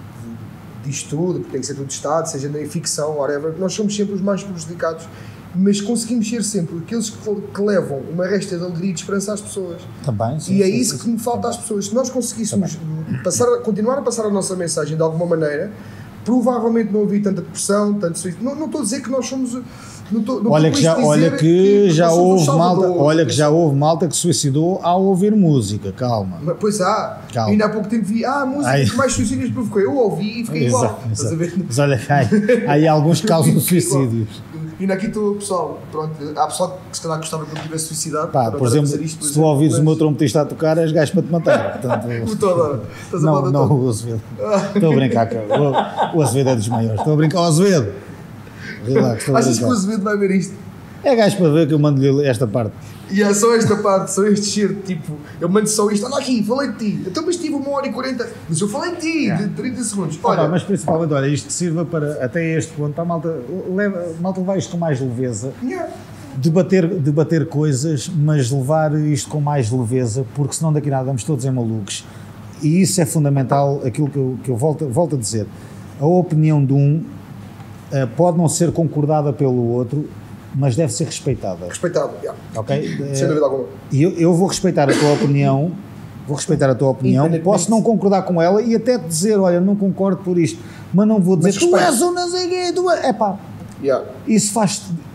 de, disto tudo, porque tem que ser tudo Estado, seja na ficção, whatever, nós somos sempre os mais prejudicados, mas conseguimos ser sempre aqueles que, que levam uma resta de alegria e de esperança às pessoas. Também, sim, E é sim, isso sim, que sim. me falta às pessoas. Se nós conseguíssemos passar, continuar a passar a nossa mensagem de alguma maneira, provavelmente não havia tanta depressão, tanto suicídio. Não, não estou a dizer que nós somos. Não estou, não Olha estou que com já, isto a olha dizer que já nós somos houve o Salvador. malta, olha que já houve malta que suicidou ao ouvir música, calma. Mas, pois há. Calma. E ainda há pouco tempo vi, ah, a música Ai. que mais suicídios provocou. Eu ouvi e fiquei igual. Exato, Estás a exato. ver? Mas olha, aí, aí há alguns causam suicídios. E aqui estou, pessoal, pronto, há pessoal que se calhar gostava que eu tivesse suicidado. Pá, para por fazer exemplo, isto, por se tu ouvires o meu mas- trompetista a tocar, és gajo para te matar. Portanto, Estou a dar. Estás a não, falar não todo. o Azevedo. Estou a brincar, cara. O, o Azevedo é dos maiores. Estou a brincar. Ó Azevedo! Relax, estou a Achas que o brincar. Azevedo vai ver isto? É gajo para ver que eu mando-lhe esta parte. E é só esta parte, só este cheiro, tipo, eu mando só isto, olha aqui, falei de ti, então mas tive uma hora e quarenta, mas eu falei de ti, Yeah. de trinta segundos, Olha, olha, mas principalmente, olha, isto sirva para, até este ponto, para a malta, leva, malta levar isto com mais leveza, yeah. debater, debater coisas, mas levar isto com mais leveza, porque senão daqui a nada vamos todos em malucos. E isso é fundamental, aquilo que eu, que eu volto, volto a dizer. A opinião de um eh, pode não ser concordada pelo outro, mas deve ser respeitada, Respeitado, yeah. ok? Sem dúvida alguma. E eu, eu vou respeitar a tua opinião, vou respeitar a tua opinião, Independentemente. posso não concordar com ela e até te dizer, olha, não concordo por isto, mas não vou dizer, Mas tu respeito. és um não sei quê, tu és... Epá, Yeah. isso faz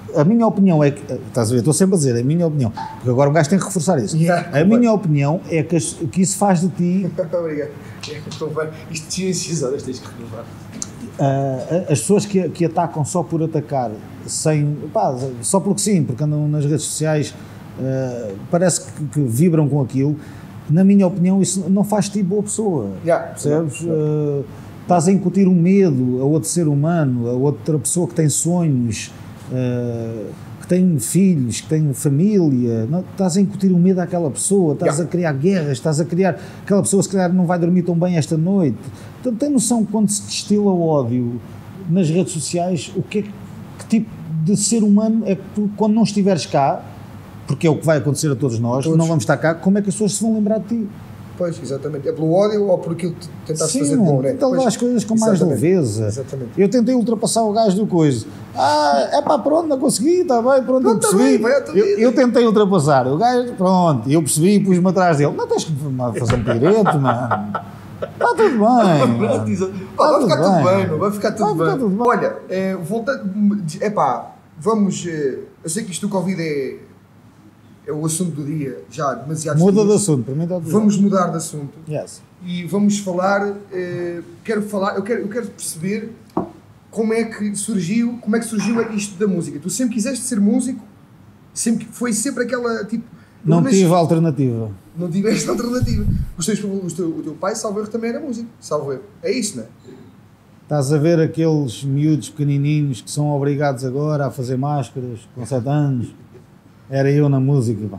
a minha opinião é que, estás a ver, estou sempre a dizer, a minha opinião, porque agora o gajo tem que reforçar isso. Yeah. A minha opinião é que, as, que isso faz de ti. Obrigado. Isto tinha seis horas, tens que renovar. Uh, as pessoas que, que atacam só por atacar, sem, pá, só porque sim, porque andam nas redes sociais, uh, parece que, que vibram com aquilo. Na minha opinião, isso não faz de ti boa pessoa. Yeah. Percebes? Uh, estás a incutir um medo a outro ser humano, a outra pessoa que tem sonhos, uh, que tem filhos, que tem família. Não, estás a incutir um medo àquela pessoa, estás Yeah. a criar guerras, estás a criar. Aquela pessoa, se calhar, não vai dormir tão bem esta noite. Então, tem noção que quando se destila ódio nas redes sociais, o que é que, que tipo de ser humano é que tu, quando não estiveres cá, porque é o que vai acontecer a todos nós, Todos. não vamos estar cá, como é que as pessoas se vão lembrar de ti? Pois, exatamente. É pelo ódio ou por aquilo que tu tentaste Sim, fazer de bom, né? tenta levar Pois, as coisas com mais exatamente. leveza. Exatamente. Eu tentei ultrapassar o gajo do coisa. Ah, é pá, pronto, não consegui, está bem, pronto, Pronto, eu tá percebi. bem, vai à tua eu, vida. eu tentei ultrapassar o gajo, pronto, eu percebi e pus-me atrás dele. Não tens que fazer um pireto, mano. Está tudo bem. mano. Diz- Tá Pá, vai ficar tudo tudo bem. bem, meu, vai ficar tudo Vai bem. ficar tudo bem. Olha, é, voltando, é pá, vamos, é, eu sei que isto do Covid é, é o assunto do dia, já demasiado Muda de dias. assunto, para mim está tudo Vamos mudar de assunto bem. Yes. e vamos falar, é, quero falar, eu quero, eu quero perceber como é que surgiu, como é que surgiu isto da música. Tu sempre quiseste ser músico, sempre, foi sempre aquela, tipo... Não mas tive alternativa. Não tiveste alternativa. Os teus, os teu, o teu pai, salvo erro, também era músico, salvo erro. É isso, não é? Estás a ver aqueles miúdos pequenininhos que são obrigados agora a fazer máscaras com sete anos? Era eu na música, pá.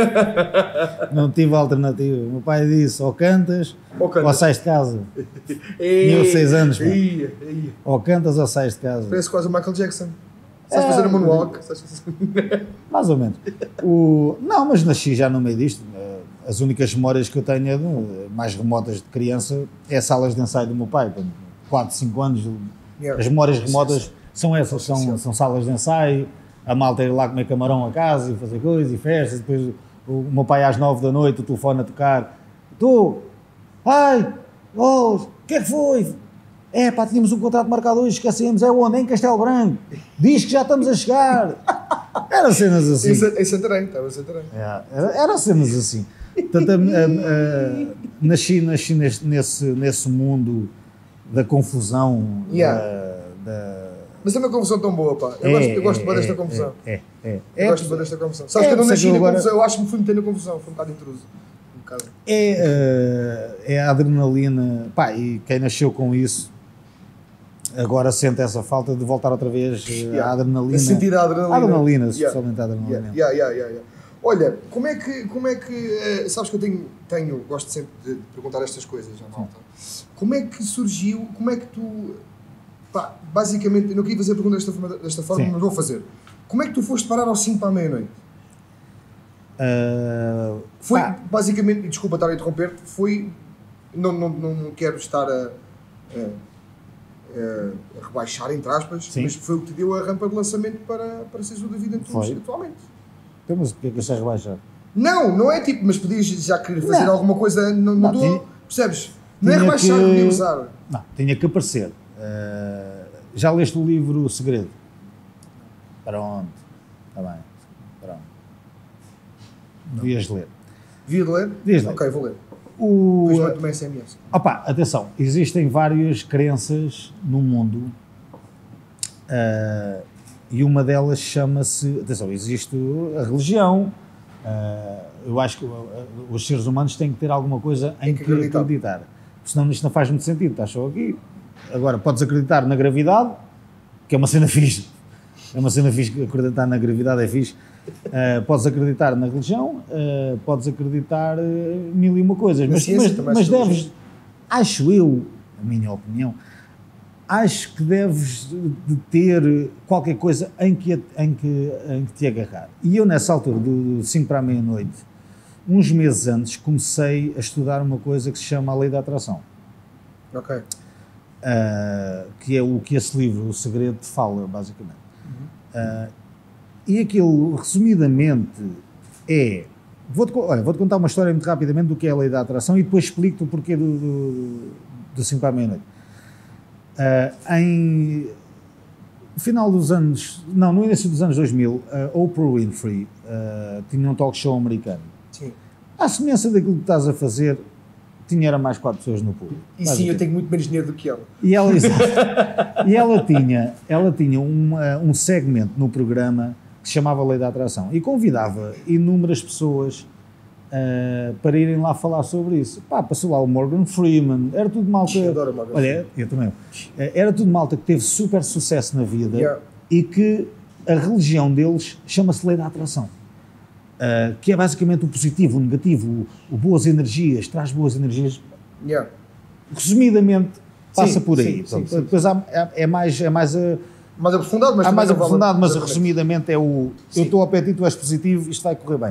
Não tive alternativa. O meu pai disse, ou cantas Ou ou, cantas. sais de casa. Ei, Tinha seis anos, pá. Ia, ia. Ou cantas ou sais de casa. Parece quase o Michael Jackson. Sabes É, fazer a moonwalk? Sabes fazer- Mais ou menos. O... Não, mas nasci já no meio disto. As únicas memórias que eu tenho é de- mais remotas de criança é salas de ensaio do meu pai. quatro, cinco anos. Yeah. As memórias remotas são essas, são, são salas de ensaio, a malta ir lá comer camarão a casa e fazer coisas e festas, depois o, o meu pai às nove da noite, o telefone a tocar, tu, ai, oh, o que é que foi? É pá, tínhamos um contrato marcado hoje, esquecemos, é onde? É em Castelo Branco, diz que já estamos a chegar. Era cenas assim. Em Santarém, estava em Santarém. É, Era, era cenas assim. Portanto, a- a- a- nasci, nasci neste, nesse, nesse mundo da confusão, Yeah. da, da- Mas é uma confusão tão boa, pá. Eu É, gosto, eu gosto é, bem desta é, confusão. É, é. Eu É, gosto bem desta confusão. Sabes é, que eu não por isso é nasci que na eu agora- confusão, eu acho que me fui meter na confusão, fui um bocado intruso. Um bocado. é, eh, é a adrenalina, pá, e quem nasceu com isso agora sente essa falta de voltar outra vez eh, Yeah. à adrenalina. A sentir a adrenalina. A adrenalina, Yeah. especialmente a adrenalina. Yeah, yeah, yeah, yeah, yeah. Olha, como é que, como é que eh, sabes que eu tenho, tenho, gosto sempre de perguntar estas coisas à malta. Como é que surgiu, como é que tu, pá, basicamente, eu não queria fazer a pergunta desta forma, desta forma Sim. mas vou fazer. Como é que tu foste parar aos cinco para a meia-noite? Eh, Foi, pá, basicamente, e desculpa estar a interromper-te, foi, não, não, não quero estar a, a, a rebaixar, entre aspas, Sim. mas foi o que te deu a rampa de lançamento para, para seres o David Antunes Foi. atualmente. então, mas porquê que estás a rebaixar? Não, não é tipo, mas podias já querer fazer Não. alguma coisa, não, não, Não, estou- tinha- percebes? Não é tinha rebaixar, que- podia usar. Não, tinha que aparecer. Eh, já leste o livro O Segredo? Pronto, está bem. Pronto. Devias ler. Devia de ler? Devias ler. Ok, vou ler. O, Depois mando-me S M S. Opa, atenção, existem várias crenças no mundo ah, e uma delas chama-se, atenção, existe a religião, ah, eu acho que ah, os seres humanos têm que ter alguma coisa em Tem que que acreditar. acreditar, senão isto não faz muito sentido, estás só aqui. Agora, podes acreditar na gravidade, que é uma cena fixe, é uma cena fixe, que acreditar na gravidade é fixe. Uh, podes acreditar na religião, uh, podes acreditar uh, mil e uma coisas, Na mas, ciência mas, também, mas acho que deves, acho eu, a minha opinião, acho que deves de ter qualquer coisa em que, em que, em que te agarrar. E eu, nessa altura, do cinco para a meia-noite, uns meses antes, comecei a estudar uma coisa que se chama a Lei da Atração, Ok. uh, que é o que esse livro, O Segredo, te fala, basicamente. Uh, e aquilo, resumidamente, é... Vou-te, olha, vou-te contar uma história muito rapidamente do que é a Lei da Atração e depois explico-te o porquê do, do, do cinco para a meia-noite. Uh, em... no final dos anos, não, no início dos anos dois mil, a Oprah Winfrey uh, tinha um talk show americano. Sim. À semelhança daquilo que estás a fazer, tinha era mais quatro pessoas no público. E sim, eu tenho muito menos dinheiro do que ela. E ela, e ela tinha, ela tinha uma, um segmento no programa que se chamava Lei da Atração e convidava inúmeras pessoas uh, para irem lá falar sobre isso. Pá, passou lá o Morgan Freeman, era tudo malta... Eu adoro o Morgan Olha, eu também. Era tudo malta que teve super sucesso na vida Yeah. e que a religião deles chama-se Lei da Atração. Uh, que é basicamente o positivo, o negativo, o, o boas energias, traz boas energias. Yeah. Resumidamente, passa Sim, por aí. sim, Pronto, sim, sim. Depois há, é, é mais, é mais, a, Mais aprofundado, mas há também mais não vale- aprofundado, mas exatamente. resumidamente é o Sim. eu estou ao pé de ti, tu és positivo, isto vai correr bem.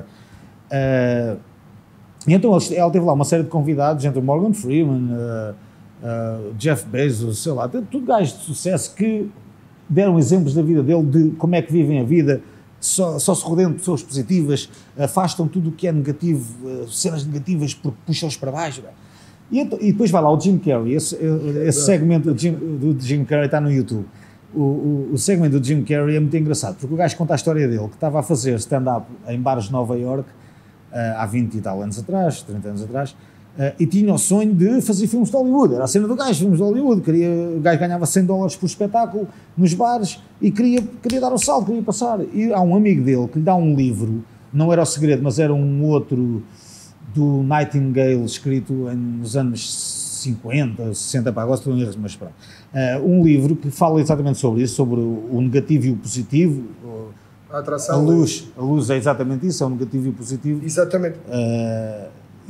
Uh, e então ela teve lá uma série de convidados, entre o Morgan Freeman, uh, uh, Jeff Bezos, sei lá, tudo gajos de sucesso que deram exemplos da vida dele, de como é que vivem a vida, só, só se rodeiam de pessoas positivas, afastam tudo o que é negativo, uh, cenas negativas porque puxam-os para baixo. E, então, e depois vai lá o Jim Carrey, esse, esse segmento do Jim, do Jim Carrey está no YouTube. O, o, o segmento do Jim Carrey é muito engraçado, porque o gajo conta a história dele, que estava a fazer stand-up em bares de Nova York uh, há vinte e tal anos atrás, trinta anos atrás, uh, e tinha o sonho de fazer filmes de Hollywood. Era a cena do gajo, filmes de Hollywood. Queria, o gajo ganhava cem dólares por espetáculo nos bares e queria, queria dar o salto, queria passar. E há um amigo dele que lhe dá um livro, não era O Segredo, mas era um outro do Nightingale, escrito em, nos anos cinquenta, sessenta, pá, gosto de um erro, mas pronto. Uh, um livro que fala exatamente sobre isso, sobre o, o negativo e o positivo. A atração. A luz, a luz é exatamente isso, é o negativo e o positivo. Exatamente. Uh,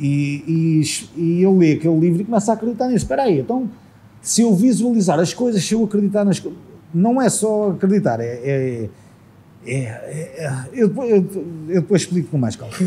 e, e, e eu leio aquele livro e começo a acreditar nisso. Espera aí, então, se eu visualizar as coisas, se eu acreditar nas coisas, não é só acreditar, é... é É, é, é, eu, depois, eu, eu depois explico com mais calma.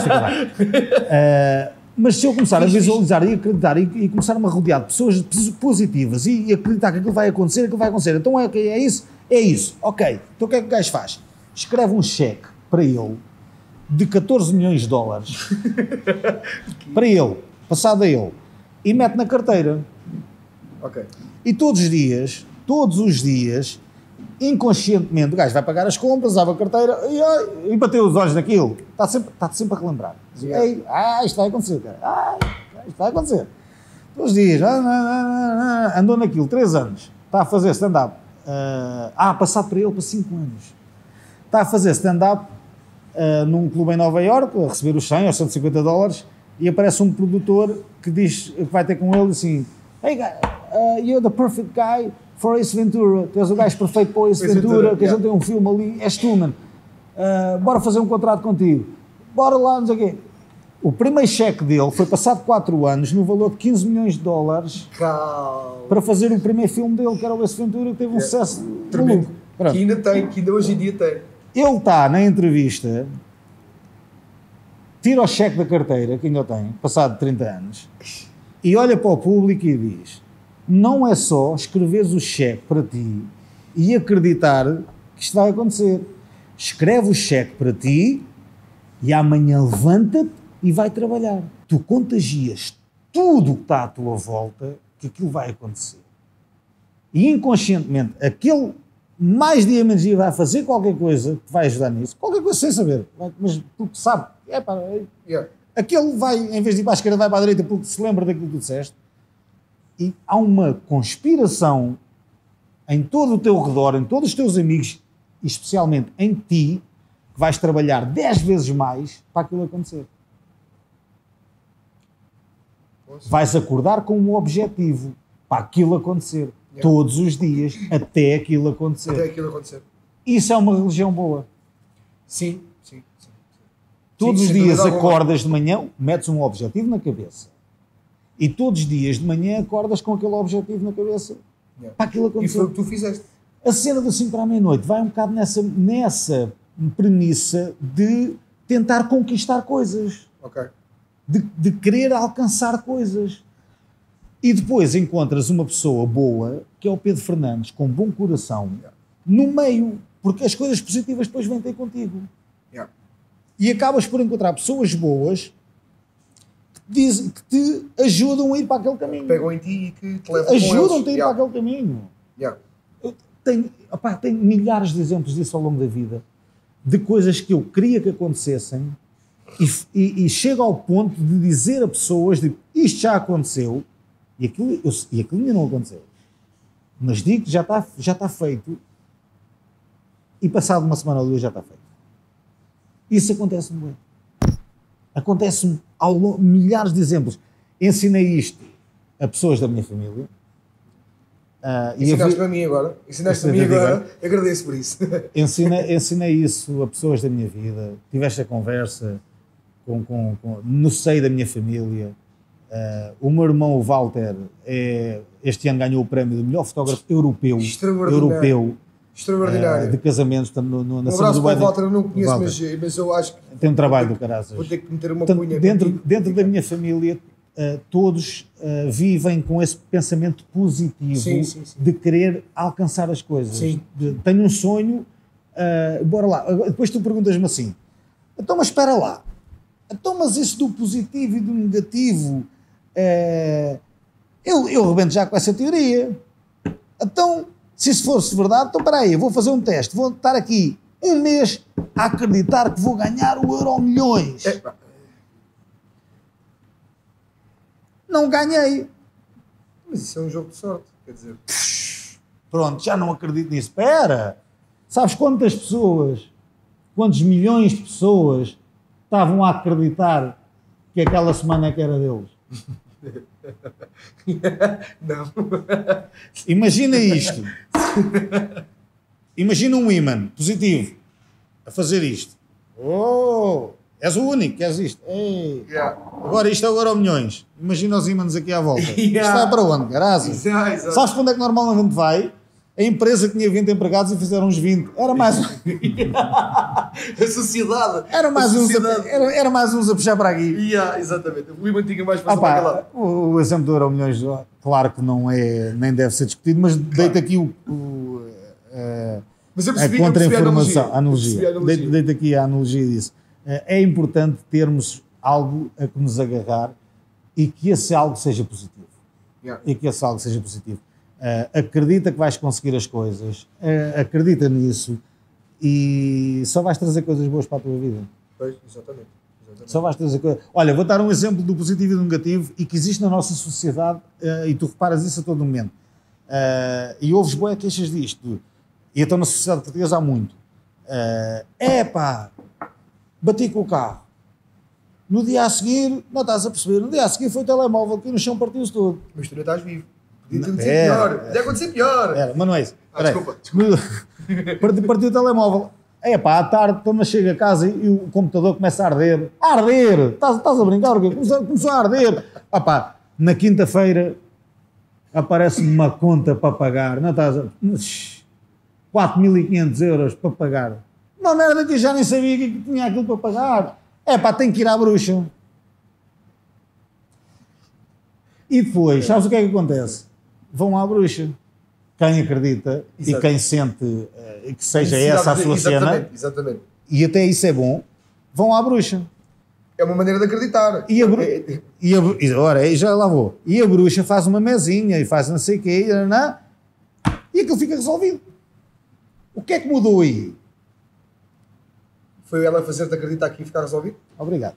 uh, mas se eu começar a visualizar e acreditar e, e começar-me a rodear de pessoas positivas e, e acreditar que aquilo vai acontecer, aquilo vai acontecer, então é, é isso? É isso, ok. Então o que é que o gajo faz? Escreve um cheque para ele de catorze milhões de dólares para ele, passado a ele, e mete na carteira. Ok. E todos os dias, todos os dias, inconscientemente, o gajo vai pagar as compras, abre a carteira e, e bateu os olhos naquilo. Está sempre, está sempre a relembrar. Diz, Yeah. Ei, ah, isto vai acontecer, cara. Ah, isto vai acontecer. Todos os dias, ah, ah, ah, ah, andou naquilo, três anos. Está a fazer stand-up. Uh, ah, passado para ele para cinco anos. Está a fazer stand-up uh, num clube em Nova Iorque, a receber os cem ou cento e cinquenta dólares, e aparece um produtor que diz que vai ter com ele assim: Hey, guy, uh, you're the perfect guy for Ace Ventura, tu és o gajo perfeito para o Ace Ace Ventura, Ventura, que a gente yeah. tem um filme ali, és tu, mano. Uh, bora fazer um contrato contigo. Bora lá, não sei o quê. O primeiro cheque dele foi passado quatro anos no valor de quinze milhões de dólares Calma. para fazer o primeiro filme dele, que era o Ace Ventura, que teve um Yeah. sucesso Tremendo. maluco. Pronto. Que ainda tem, que ainda hoje em dia tem. Ele está na entrevista, tira o cheque da carteira, que ainda tem, passado trinta anos, e olha para o público e diz: não é só escreveres o cheque para ti e acreditar que isto vai acontecer. Escreve o cheque para ti e amanhã levanta-te e vai trabalhar. Tu contagias tudo o que está à tua volta que aquilo vai acontecer. E inconscientemente, aquele mais de energia vai fazer qualquer coisa que vai ajudar nisso, qualquer coisa sem saber, mas porque sabe, é pá, Yeah. aquele vai, em vez de ir para a esquerda, vai para a direita porque se lembra daquilo que tu disseste. E há uma conspiração em todo o teu redor, em todos os teus amigos, e especialmente em ti, que vais trabalhar dez vezes mais para aquilo acontecer. Poxa. Vais acordar com um objetivo para aquilo acontecer. Yeah. Todos os dias, até aquilo acontecer. Até aquilo acontecer. Isso é uma religião boa. Sim, sim, sim. Todos Sim, os sem dias dúvida alguma. acordas de manhã, metes um objetivo na cabeça. E todos os dias de manhã acordas com aquele objetivo na cabeça Yeah. para aquilo E foi acontecer. o que tu fizeste. A cena do cinco para a meia-noite vai um bocado nessa, nessa premissa de tentar conquistar coisas, Ok. de, de querer alcançar coisas. E depois encontras uma pessoa boa, que é o Pedro Fernandes, com bom coração, no meio, porque as coisas positivas depois vêm ter contigo. Yeah. E acabas por encontrar pessoas boas que te, dizem, que te ajudam a ir para aquele caminho. Pegam em ti e que te levam com eles. Ajudam-te a ir Yeah. para aquele caminho. Yeah. Eu tenho, opá, tenho milhares de exemplos disso ao longo da vida, de coisas que eu queria que acontecessem e, e, e chego ao ponto de dizer a pessoas, de, isto já aconteceu e aquilo, eu, e aquilo ainda não aconteceu. Mas digo que já está, já está feito e passado uma semana ou duas já está feito. Isso acontece-me bem. Acontece-me ao longo, milhares de exemplos. Ensinei isto a pessoas da minha família. Uh, Ensinaste-me a mim agora. Ensinaste-me a mim agora. Eu agradeço por isso. Ensinei, ensinei isso a pessoas da minha vida. Tive esta conversa com, com, com, no seio da minha família. Uh, o meu irmão, o Walter, é, este ano ganhou o prémio do melhor fotógrafo europeu, europeu Extraordinário. Uh, de casamentos. Portanto, no, no, na um abraço para o Walter, eu não o conheço, Walter. Mas, mas eu acho que... Tem um trabalho do caraças. Vou ter que meter uma Portanto, cunha. dentro, contigo. dentro da minha família, uh, todos uh, vivem com esse pensamento positivo Sim, sim, sim. de querer alcançar as coisas. Sim. De, tenho um sonho, uh, bora lá. Depois tu perguntas-me assim, então mas espera lá, então mas isso do positivo e do negativo, uh, eu, eu rebento já com essa teoria. Então, se isso fosse verdade, então espera aí, eu vou fazer um teste, vou estar aqui um mês a acreditar que vou ganhar o Euro Milhões. É, não ganhei. mas isso é um jogo de sorte, quer dizer... Pronto, já não acredito nisso. Espera! Sabes quantas pessoas, quantos milhões de pessoas estavam a acreditar que aquela semana é que era deles? Não. Imagina isto. Imagina um imã positivo a fazer isto. Oh! És o único que és isto. Ei. Yeah. Agora isto é agora milhões. Imagina os ímãs aqui à volta. Yeah. Isto vai para onde, graças? Exato, exato. Sabes para onde é que normalmente vai? A empresa tinha vinte empregados e fizeram uns vinte. Era mais, A sociedade. era mais, a uns, a, sociedade. era, era mais uns a puxar para aqui. Yeah, exatamente. O Iman tinha mais Ah, fácil para pá, lá. o, o exemplo do Euro Milhões, claro que não é, nem deve ser discutido, mas deito aqui o, o, a, Mas eu a percebi, eu percebi a contra-informação, analogia. a analogia. Eu percebi a analogia. Deito, deito aqui a analogia disso. É importante termos algo a que nos agarrar e que esse algo seja positivo. Yeah. E que esse algo seja positivo. Uh, acredita que vais conseguir as coisas, uh, acredita nisso e só vais trazer coisas boas para a tua vida. Pois, exatamente. exatamente. Só vais trazer coisas. Olha, vou dar um exemplo do positivo e do negativo e que existe na nossa sociedade uh, e tu reparas isso a todo momento. Uh, e ouves boas queixas disto. E então na sociedade portuguesa há muito. Uh, epá, bati com o carro. No dia a seguir, não estás a perceber, no dia a seguir foi o telemóvel que no chão partiu-se todo. Mas tu não estás vivo. Podia Não, acontecer era, pior. era. Podia acontecer pior. Era, mas não é isso. Ah, Espera aí. desculpa, Partiu, partiu o telemóvel. É pá, à tarde, quando eu chego a casa e, e o computador começa a arder. A arder! Estás, estás a brincar? O quê? Começou, começou a arder. Ah pá, na quinta-feira aparece-me uma conta para pagar. Não estás a... quatro mil e quinhentos euros para pagar. Uma merda que eu já nem sabia que tinha aquilo para pagar. É pá, tenho que ir à bruxa. E depois, sabes o que é que acontece? Vão à bruxa. Quem acredita Exato. e quem sente uh, que seja Necessidade essa a de- sua exatamente, cena, Exatamente. e até isso é bom, vão à bruxa. É uma maneira de acreditar. E a, bru- É- é- e a, bru- e, ora, aí já lá vou. E a bruxa faz uma mesinha e faz não sei o quê, e, não, e aquilo fica resolvido. O que é que mudou aí? Foi ela fazer-te acreditar que ia ficar resolvido? Obrigado.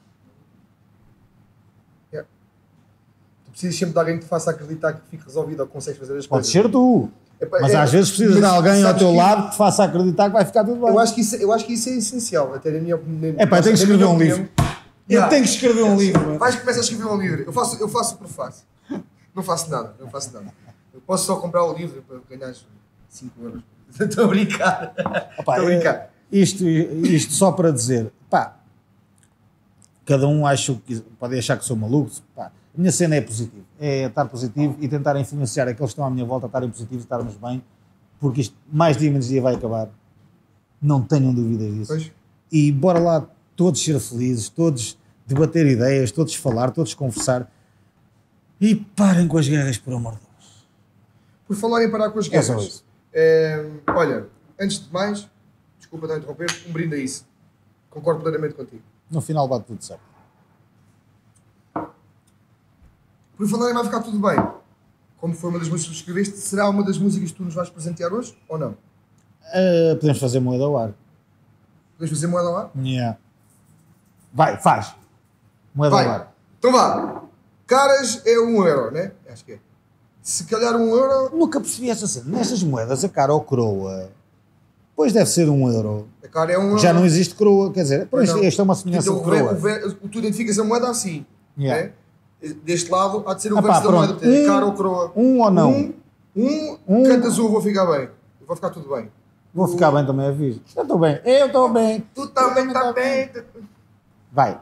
Yeah. Tu precisas sempre de alguém que te faça acreditar que fique resolvido ou que consegues fazer as Pode coisas. ser tu. Epá, Mas é- às vezes precisas mas de alguém ao sabes teu que- lado que te faça acreditar que vai ficar tudo bem. Eu acho que isso, eu acho que isso é essencial, até na minha opinião. É pá, eu tenho que escrever um livro. Eu Yeah. tenho que escrever um livro. Vais começar a escrever um livro. Eu faço, eu faço o prefácio. Não faço nada, não faço nada. Eu posso só comprar o livro para ganhar cinco euros. Estou a brincar. Opa, Estou a brincar. é- isto, isto só para dizer, pá, cada um acha que pode achar que sou maluco. Pá, a minha cena é positiva, é estar positivo e tentar influenciar aqueles que estão à minha volta a estarem positivos, a estarmos bem, porque isto mais dia menos dia vai acabar. Não tenham dúvidas disso. Pois. E bora lá todos ser felizes, todos debater ideias, todos falar, todos conversar e parem com as guerras, por amor de Deus. Por falar em parar com as É só guerras. isso. eh, olha, antes de mais, desculpa estar a interromper, um brinde a isso. Concordo plenamente contigo. No final bate tudo certo. Por falar em vai ficar tudo bem. como foi uma das músicas que escreveste, será uma das músicas que tu nos vais presentear hoje, ou não? Uh, podemos fazer moeda ao ar. Podemos fazer moeda ao ar? Yeah. Vai, faz. Moeda Vai. ao ar. Então vá. Caras é um euro, né? Acho que é. Se calhar um euro... Nunca percebi essa cena. Nestas moedas, a cara ou coroa, pois deve ser um euro. A cara é um euro. Já não existe coroa, quer dizer, por isto, esta é uma semelhança então, de coroa. O ver, o ver, tu identificas a moeda assim, Yeah. né? Deste lado há de ser o Ah, verso pá, da moeda, pronto. um, cara Um- ou coroa. Um ou não? Um, um, Um. cantas um, vou ficar bem. Vai ficar tudo bem. Vou ficar bem também, aviso. Eu estou bem. Eu estou bem. Tu também está bem. Vai.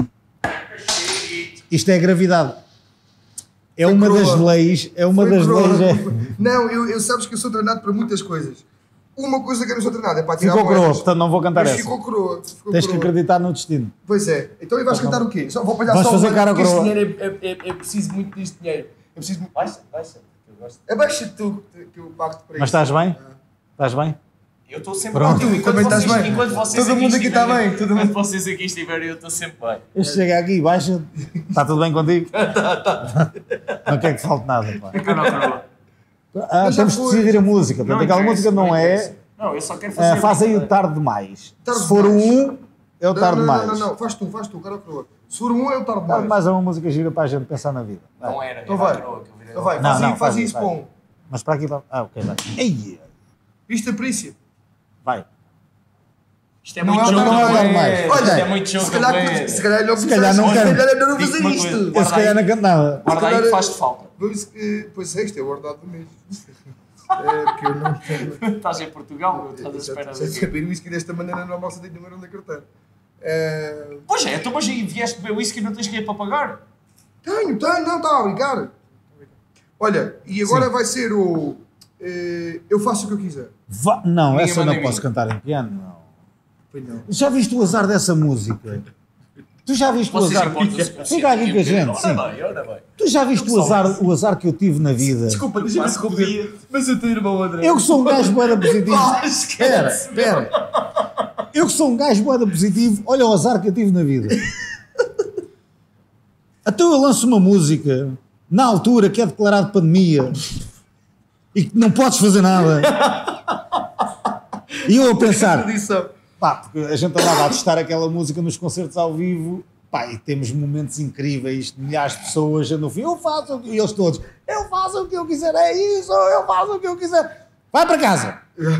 Isto é a gravidade. É Foi uma coroa. das leis. É uma Foi das coroa. leis. É... Não, eu, eu sabes que eu sou treinado para muitas coisas. Uma coisa que eu não sou treinado é para tirar Ficou coroa, moedas. portanto não vou cantar Mas essa. ficou coroa. Ficou Tens que coroa. acreditar no destino. Pois é. Então e vais cantar o quê? Só vou apanhar Vamos só fazer uma- cara porque este coroa. dinheiro é, é, é, é preciso muito deste dinheiro. É preciso muito... Baixa, baixa. Eu gosto. Abaixa tu, que eu pago-te para Mas isso. estás bem? Estás bem? Eu estou sempre Pronto. ótimo. Tu Enquanto também estás vocês- bem. Enquanto vocês Todo mundo aqui está estiverem- bem, todo Enquanto mundo- vocês aqui estiverem, eu estou sempre bem. Este chega aqui, baixa. Está tudo bem contigo? Não quer que falte nada. Pá. Não, não, não. Ah, Mas já temos de foi. decidir a música. Portanto, aquela interessa, música não é. interessa. Não, eu só quero fazer. Ah, a faz aí o brincadeira. tarde demais. Tarde Se for o demais. um, é o Não, tarde não, demais. não, não, não, faz tu, faz tu, cara ou coroa. Se for um, é o tarde Tarde mais. demais é uma música gira para a gente pensar na vida. Vai. Não era. Então era a vai. coroa que eu virei Então vai, logo. Não, faz, não, aí, faz faz, isso vai. para um. Mas para aqui. Para... Ah, ok, vai. Ei, Viste a perícia? vai. Isto é Não muito é- jogo não é a tarde bué. mais. Isto Olha, é muito jogo se a calhar, bué. se calhar, não Se calhar não se quero. calhar não vou Digo-te fazer uma isto. coisa. Eu se calhar não canto nada. Guarda aí calhar- que faz-te falta. Vamos que, pois é, isto é o ordenado do mês. É, porque eu não tenho... Estás em Portugal, meu, estás à espera Se de... beber whisky desta maneira normal, só tenho número onde cartão. É... Pois é, tu mas aí vieste beber whisky e não tens dinheiro para pagar? Tenho, tenho, não, está a brincar. Olha, e agora Sim. vai ser o... eh, eu faço o que eu quiser. Va- Não, Ninguém essa eu manda não em posso mim. cantar em piano. Não. Pois não. Já viste o azar dessa música? Tu já viste o Vocês azar? importam-se. Fica aqui com a gente. Ora Sim. bem, ora bem. Tu já viste o azar, o azar que eu tive na vida? Desculpa, deixa-me Quase interromper. comia. Mas eu tenho uma outra. Eu que sou um gajo boeda positivo. Ah, Espera, esquece. espera. Eu que sou um gajo boeda positivo, olha o azar que eu tive na vida. Então eu lanço uma música, na altura que é declarado pandemia, e que não podes fazer nada. E eu a pensar, Tradição. pá, porque a gente andava a testar aquela música nos concertos ao vivo, pá, e temos momentos incríveis de milhares de pessoas no fim, eu faço o que, e eles todos, eu faço o que eu quiser, é isso, eu faço o que eu quiser. Vai para casa.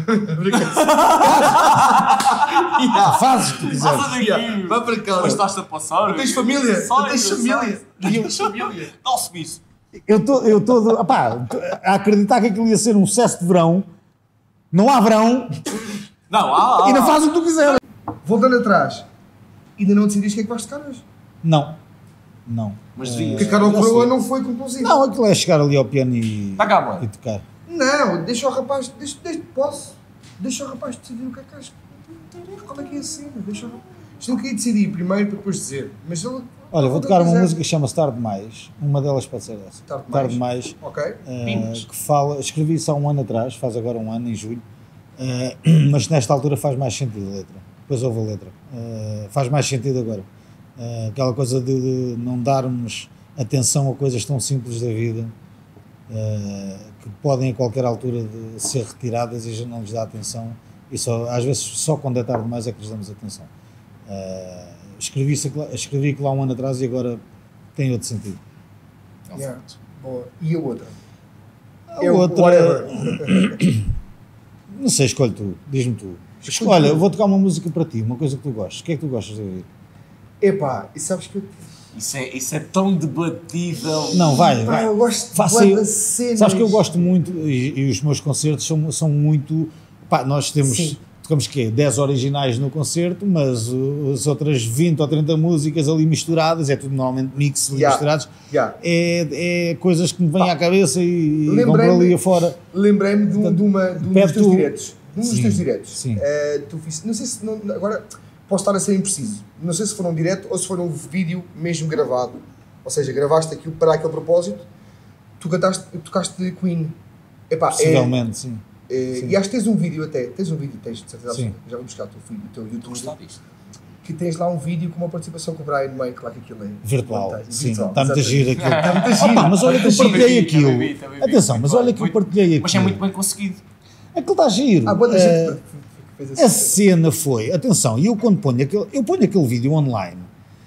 Fazes o que tu quiseres. Passa daqui. Vai para casa. Mas estás-te a passar. Não tens família? Sai, Não tens sai. família? Não tens família. Dá-se isso. Eu estou eu tô, opá, a acreditar que aquilo ia ser um sucesso de verão, não há verão, Não, há, há. e não faz o que tu quiseres. Voltando atrás, ainda não decidiste o que é que vais tocar hoje. Não, não. Mas Eh, devias. Porque a Carol eu Coroa sei. não foi conclusiva. Não, aquilo é chegar ali ao piano e, Tá cá, mano. e tocar. Não, deixa o rapaz, deixa, deixa, posso, deixa o rapaz decidir o que é que acha. Qual é que é a cena? Deixa o rapaz. Isto não queria decidir primeiro para depois dizer, mas ele... Olha, vou ele tocar uma quiser. música que chama-se Tarde Demais, uma delas pode ser essa. Tarde Tarde Demais. Demais, Ok. eh, Pimpos. que fala, escrevi isso há um ano atrás, faz agora um ano, em julho, eh, mas nesta altura faz mais sentido a letra. Depois houve a letra. Eh, faz mais sentido agora. Eh, aquela coisa de, de não darmos atenção a coisas tão simples da vida, eh, que podem a qualquer altura de ser retiradas e a gente não lhes dá atenção, e só, às vezes só quando é tarde demais é que lhes damos atenção. Eh, escrevi, isso aqui lá- escrevi aquilo há um ano atrás e agora tem outro sentido. Yeah. Boa. E a outra? A É o outra, whatever. não sei, escolhe tu, diz-me tu. Olha, eu vou tocar uma música para ti, uma coisa que tu gostas. O que é que tu gostas de ouvir? Epá, e sabes que eu... Isso é, isso é tão debatível. Não, vai, Pá, vai. eu gosto de Faça bué eu- das cenas. Sabes que eu gosto muito, e, e os meus concertos são, são muito. Pá, nós temos, Sim. tocamos quê? dez originais no concerto, mas uh, as outras vinte ou trinta músicas ali misturadas, é tudo normalmente mix ali Yeah. misturados, Yeah. é, é coisas que me vêm à cabeça e, e vão Lembrei-me- para ali afora. Lembrei-me de, um, de, uma, de um Pede dos teus tu- diretos. De um dos Sim, teus diretos. sim. Eh, tu fiz, não sei se. Não, agora posso estar a ser impreciso. Não sei se foi um direto ou se foi um vídeo mesmo gravado. Ou seja, gravaste aquilo para aquele propósito. Tu cantaste, tocaste de Queen. Epá, é, Possivelmente, sim. é, sim. e acho que tens um vídeo até. Tens um vídeo, tens de certeza Sim. absoluta. Já vou buscar o teu, filho, o teu YouTube. Gostar disto. que tens lá um vídeo com uma participação com o Brian May, claro que aquilo é virtual, fantástico. sim, Virtual, está muito exatamente. giro aquilo. Está muito giro. Opa, mas olha que eu Também partilhei vi, aquilo. também vi, também vi. Atenção, mas olha que eu Muito- partilhei aquilo. Mas é muito bem conseguido. Aquilo está giro. Há boa da Eh, gente que fez A assim. cena foi, atenção, e eu quando ponho aquele, eu ponho aquele vídeo online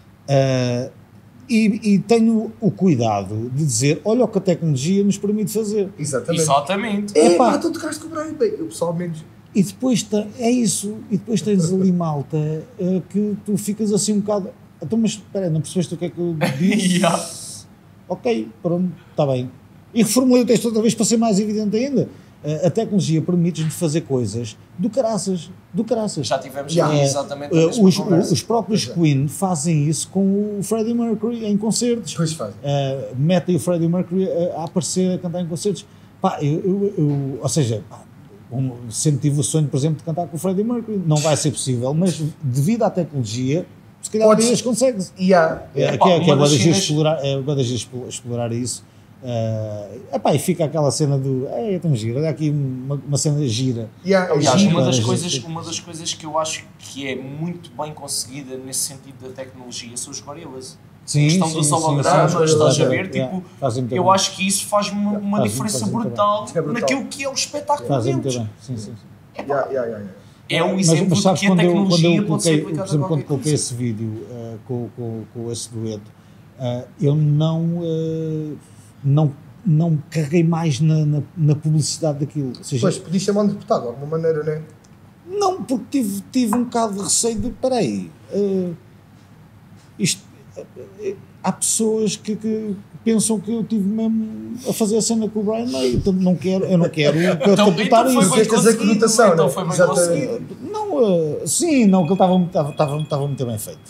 eh, e, e tenho o cuidado de dizer, olha o que a tecnologia nos permite fazer. Exatamente. Exatamente. É, Epá. pá, tu tocaste com o Brian May. Eu pessoalmente. E depois te- é isso, e depois tens ali malta eh, que tu ficas assim um bocado. Então, mas espera, aí, não percebeste o que é que eu disse? Yeah. Ok, pronto, está bem. E reformulei o texto outra vez para ser mais evidente ainda. Eh, a tecnologia permite-nos fazer coisas do caraças, do caraças. Já tivemos Yeah. aqui exatamente Eh, a mesma os, conversa. os próprios Pois é. Queen fazem isso com o Freddie Mercury em concertos. Depois fazem. Uh, metem o Freddie Mercury a, a aparecer, a cantar em concertos. Pá, eu, eu- eu- ou seja, pá, um, sempre tive o sonho, por exemplo, de cantar com o Freddie Mercury. Não vai ser possível, mas devido à tecnologia, se calhar Podes- dias consegue-se. E há. É, Epá, que é, que é uma bué das de giro cenas- explorar, é bué de giro explo- explorar isso. Uh, epá, e fica aquela cena do é, é tão giro, olha aqui uma, uma cena gira. E há. Aliás, Giro, uma das, cara, coisas, giro. uma das coisas que eu acho que é muito bem conseguida nesse sentido da tecnologia são os Gorillaz. Sim, A questão sim, dos sim, hologramas, sim, sim, estás a sim, ver? sim, Tipo, fazem muito eu bem. acho que isso faz uma, uma Faz- diferença faz muito brutal, Isso é brutal. naquilo que é o espetáculo Fazem muito deles. bem. Sim, sim, sim. E há, e há, e há, e há. É um Mas, exemplo mas sabes, de que a quando eu, quando tecnologia eu pode ser coloquei, por aplicada a exemplo, quando qualquer coloquei coisa. esse vídeo uh, com, com, com esse dueto, uh, eu não, uh, não, não carreguei mais na, na, na publicidade daquilo. Ou seja, Pois, podias chamar um deputado, de alguma maneira, não é? não, porque tive, tive um bocado de receio de, peraí, uh, isto, uh, há pessoas que, que pensam que eu tive mesmo a fazer a cena com o Brian May, portanto não quero, eu não quero Então, catapultar então foi isso. bem Esta é a conseguido, conotação, então né? foi bem Exatamente. conseguido. Não, uh, sim, não, que ele estava estava, estava, estava muito bem feito.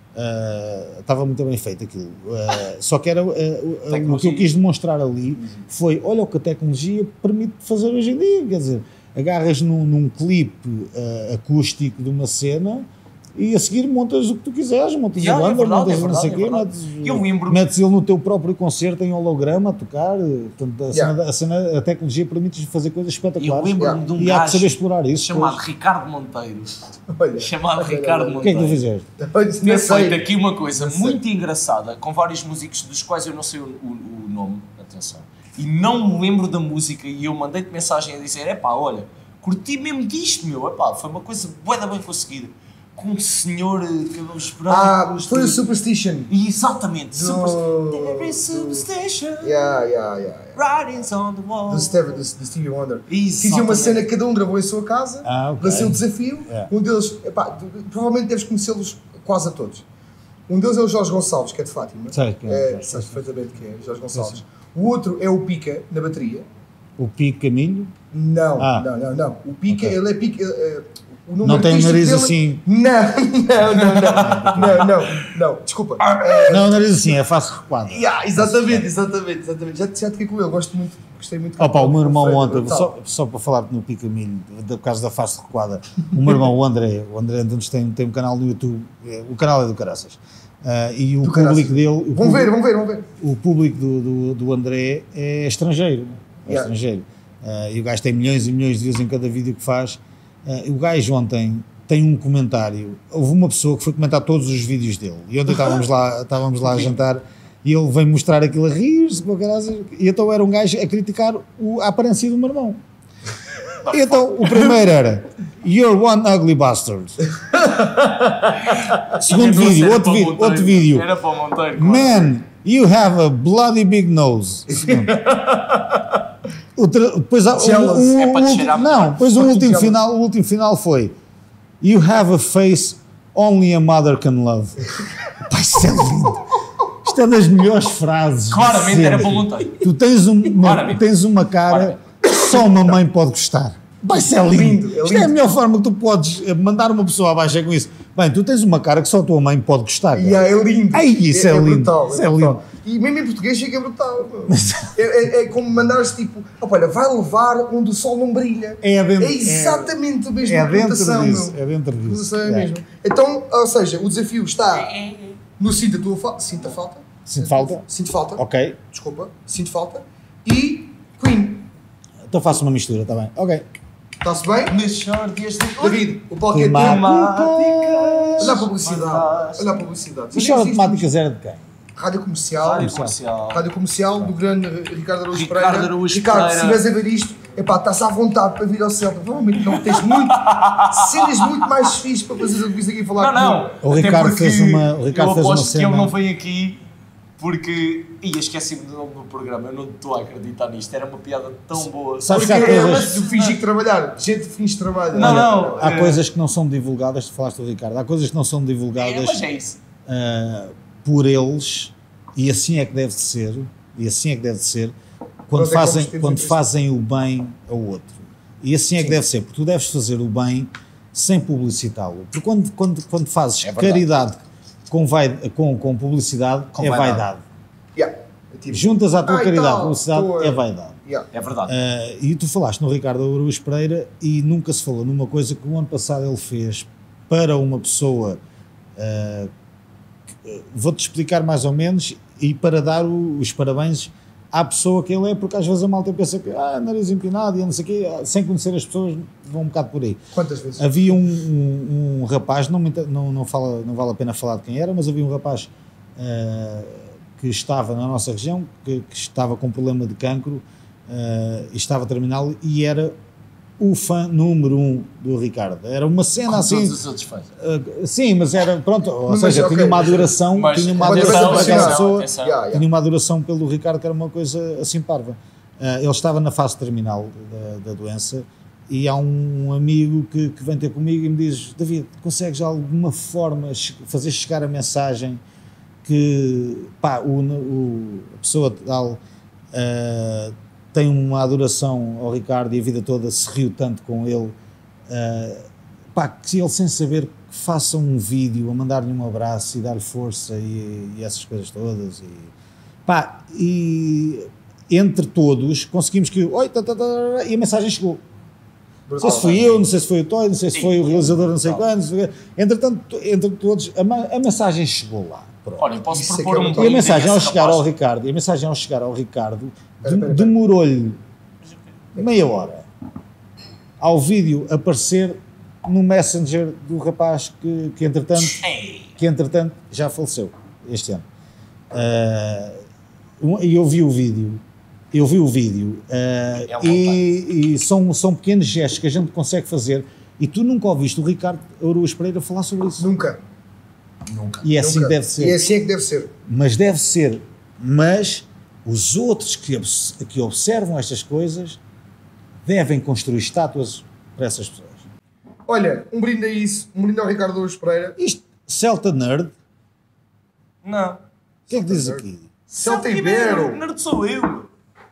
Uh, estava muito bem feito aquilo. Uh, só que era uh, uh, o que eu quis demonstrar ali foi: olha o que a tecnologia permite fazer hoje em dia. Quer dizer, agarras num, num clipe uh, acústico de uma cena e a seguir montas o que tu quiseres, montas Yeah, a é banda, verdade, montas é não sei o verdade, quê, é verdade. metes, Eu lembro- metes ele no teu próprio concerto em holograma a tocar. uh, Portanto, a, Yeah. cena, a, cena, a tecnologia permite fazer coisas Eu espetaculares. lembro-me de um E há de saber gajo explorar isso. chamado pois. Ricardo Monteiro. Olha, Chamado olha, Ricardo olha, O que é que tu Monteiro. fizeste? olha, Tinha não sei. feito aqui uma coisa Não sei. muito engraçada, com vários músicos dos quais eu não sei o, o- o nome, atenção, e não me lembro da música, e eu mandei-te mensagem a dizer, epá, olha, curti mesmo disto, meu, epá, foi uma coisa bué da bem conseguida, com um senhor eh, de cabelos Ah, brancos. foi o de- Superstition. Exatamente, Do- super, there is superstition, Yeah, yeah, yeah. yeah. writings on the wall. Do, Stevie, do, do Stevie Wonder. Exatamente. Fizeram uma cena que cada um gravou em sua casa, Ah, ok. lancei um desafio. Yeah. Um deles, epá, tu- provavelmente deves conhecê-los quase a todos. Um deles é o Jorge Gonçalves, que é de Fátima. Sei quem é, É, sei, sabes sei. perfeitamente quem é, Jorge Gonçalves. Sim, O outro é o Pica, na bateria. O Pico Camilho? Não, Ah. não, não, não. O Pica, Ok. ele é Pica. eh, o nome Não tem o artístico nariz dele- assim. Não, não, não, não. Não, não, não. Desculpa. Eh, Não, o nariz assim, é face recuada. yeah, exatamente, exatamente, exatamente. Já, já toquei com ele, gosto muito, gostei muito. Opa, o meu irmão Foi ontem, brutal. só, só para falar no Pico Camilho, por causa da face recuada, o meu irmão, o André, o André Antunes tem, tem um canal no YouTube, é, o canal é do Caraças. Ah, e o Do público caraças. dele, o Vão público, ver, vão ver, vão ver. o público do, do, do André é estrangeiro. É Yeah. estrangeiro. Ah, e o gajo tem milhões e milhões de views em cada vídeo que faz. Ah, e o gajo ontem tem um comentário. Houve uma pessoa que foi comentar todos os vídeos dele. E ontem estávamos lá, estávamos lá a jantar e ele veio mostrar aquilo a rir-se com a caraças. E então era um gajo a criticar o, a aparência do meu irmão. E então o primeiro era You're one ugly bastard. Segundo Não sei, vídeo, era outro para o vídeo, Monteiro. outro vídeo. Era para o Monteiro. claro. Man, you have a bloody big nose. Segundo. O ter- depois há, Jealous. um, um, É para um, cheirar não, melhor. depois o último Jealous. final, o último final foi You have a face only a mother can love. Pai, isso é lindo. Isto é das melhores frases. de Claramente era sempre. para o Monteiro. Tu tens, um- uma, Claramente. tens uma cara que só uma mãe pode gostar. Pai, isso é lindo. Lindo, é Isto é a lindo. melhor forma que tu podes eh, mandar uma pessoa abaixo é com isso. Bem, tu tens uma cara que só a tua mãe pode gostar. E é lindo. Ai, isso é lindo. brutal. Isso é brutal. lindo. E mesmo em português fica brutal. meu. É, é, é como mandares tipo, opa, olha, vai levar onde o sol não brilha. É dentro- É exatamente a mesma É dentro conotação, disso. meu. É dentro A disso. conotação é a É. mesma. Então, ou seja, o desafio está no Sinta a tua falta. Sinta falta. Sinto falta? Sinto falta. Ok. Desculpa. Sinto falta. E Queen. Então faço uma mistura, está bem. Ok. Está-se bem? Mexórdias de... David, o palco é teu. Temáticas. Olha a publicidade. Olha a publicidade. Mas chora de temáticas era de quem? Rádio Comercial. Rádio Comercial. Rádio Comercial do grande Ricardo Araújo Ricardo Pereira. Araújo Ricardo, Pereira. se estiveres a ver isto, epá, estás à vontade para vir ao céu. Provavelmente não tens muito, cenas muito mais fixe para fazer o que aqui falar Não, não. comigo. O Até Ricardo porque fez uma- o Ricardo eu fez uma aposto que cena- ele não vem aqui porque... Ih, esqueci-me do nome do programa. Eu não estou a acreditar nisto. Era uma piada tão boa. Sabes Porque que há é coisas- mas de fingir que trabalhar. Gente de fins de trabalho. Não, Olha, não. Há É. coisas que não são divulgadas, tu falaste do Ricardo, há coisas que não são É, divulgadas mas é isso. ah, por eles, e assim é que deve ser, e assim é que deve ser, quando, Nós é que fazem, vamos ter quando sempre fazem o bem ao outro. E assim é que Sim. deve ser, porque tu deves fazer o bem sem publicitá-lo. Porque quando, quando, quando fazes É verdade. caridade com, vai, com, com publicidade, Com é vaidade. vaidade. yeah. É tipo, Juntas à tua "Ai, caridade, tal, publicidade, tô, é vaidade. yeah. É verdade. Uh, e tu falaste no Ricardo Araújo Pereira e nunca se falou numa coisa que o ano passado ele fez para uma pessoa, uh, que, uh, vou-te explicar mais ou menos, e para dar o- os parabéns à pessoa que ele é, porque às vezes a malta pensa que ah, nariz empinado e não sei o quê, sem conhecer as pessoas vão um bocado por aí. Quantas vezes? Havia um, um, um rapaz, não, me inter- não, não, fala, não vale a pena falar de quem era, mas havia um rapaz uh, que estava na nossa região, que, que estava com problema de cancro uh, e estava terminal e era o fã número um do Ricardo. Era uma cena Com assim. todos os outros fãs. uh, sim, mas era, pronto, ou Mas, seja, ok, tinha uma mas- adoração, Mas, tinha uma mas adoração atenção, para aquela atenção, pessoa. atenção. Yeah, yeah. Tinha uma adoração pelo Ricardo que era uma coisa assim parva. Uh, ele estava na fase terminal da, da doença e há um amigo que, que vem ter comigo e me diz: David, consegues de alguma forma che- fazer chegar a mensagem que pá, o, o, a pessoa tal uh, tem uma adoração ao Ricardo e a vida toda se riu tanto com ele, uh, pá, que ele sem saber que faça um vídeo a mandar-lhe um abraço e dar-lhe força e, e essas coisas todas e, pá, e entre todos conseguimos que oi, tá, tá, tá, e a mensagem chegou. Não sei se fui eu, não sei se foi o Toy, não sei se foi o realizador, não sei quantos. Entretanto, entre todos, a, ma- a mensagem chegou lá. Pronto. Olha, posso Isso é propor que é um uma E a brinde mensagem ao esse chegar ao rapaz? Ricardo, e a mensagem ao chegar ao Ricardo Espera, de- espera, espera. demorou-lhe meia hora ao vídeo aparecer no Messenger do rapaz que, que entretanto Ei, que entretanto já faleceu este ano. Ah, um- E eu vi o vídeo, eu vi o vídeo ah, É um e, e são, são pequenos gestos que a gente consegue fazer e tu nunca ouviste o Ricardo Araújo Pereira falar sobre isso. Nunca. Nunca. E é assim que Nunca. deve ser. E é assim é que deve ser. Mas deve ser. Mas os outros que, obs- que observam estas coisas devem construir estátuas para essas pessoas. Olha, um brinde a isso. Um brinde ao Ricardo Araújo Pereira. Isto, Celta Nerd, Não. o que é que diz aqui? Celta Ibero. Nerd sou eu. meu.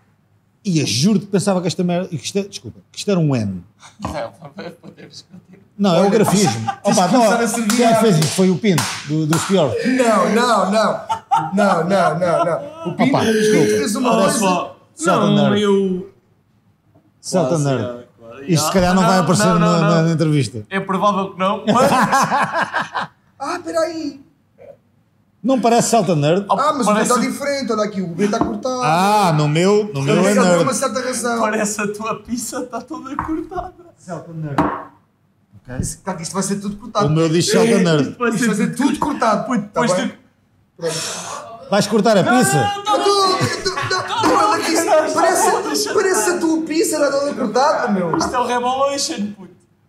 E eu juro-te que pensava que esta merda. Que isto, é- desculpa, que isto era um N. Não, podemos continuar. Não, é o Olha, grafismo. tens Opa, que não, começar a servir quem é que a- fez isto? Foi o Pinto, do, do Spior. Não, não, não. Não, não, não, não. O Pinto, Opa, o Pinto desculpa. fez uma Olha coisa. só. Celta Não, Nerd. eu... Celta Quase, Nerd. é, quase. Isto se calhar não, Não, vai aparecer não, na, não, na- não. na entrevista. É provável que não, mas... Ah, peraí. Não parece Celta Nerd? Ah, mas Parece- o Pinto está diferente. Olha aqui, o Pinto está cortado. Ah, no meu, no meu é Ele tem uma Nerd. certa razão. Parece a tua pizza está toda cortada. Celta Nerd. Ok. Está que isto vai ser tudo cortado. O meu diz Celta Nerd. Vai Isto vai ser tudo cortado. Puto, Tá depois bem? tu... Pronto. Vais cortar a pizza? Eu tô- eu tô- não, não, olha que isso Parece, parece a tua pizza, não é toda cortada, meu. Isto é o Revolution, puto.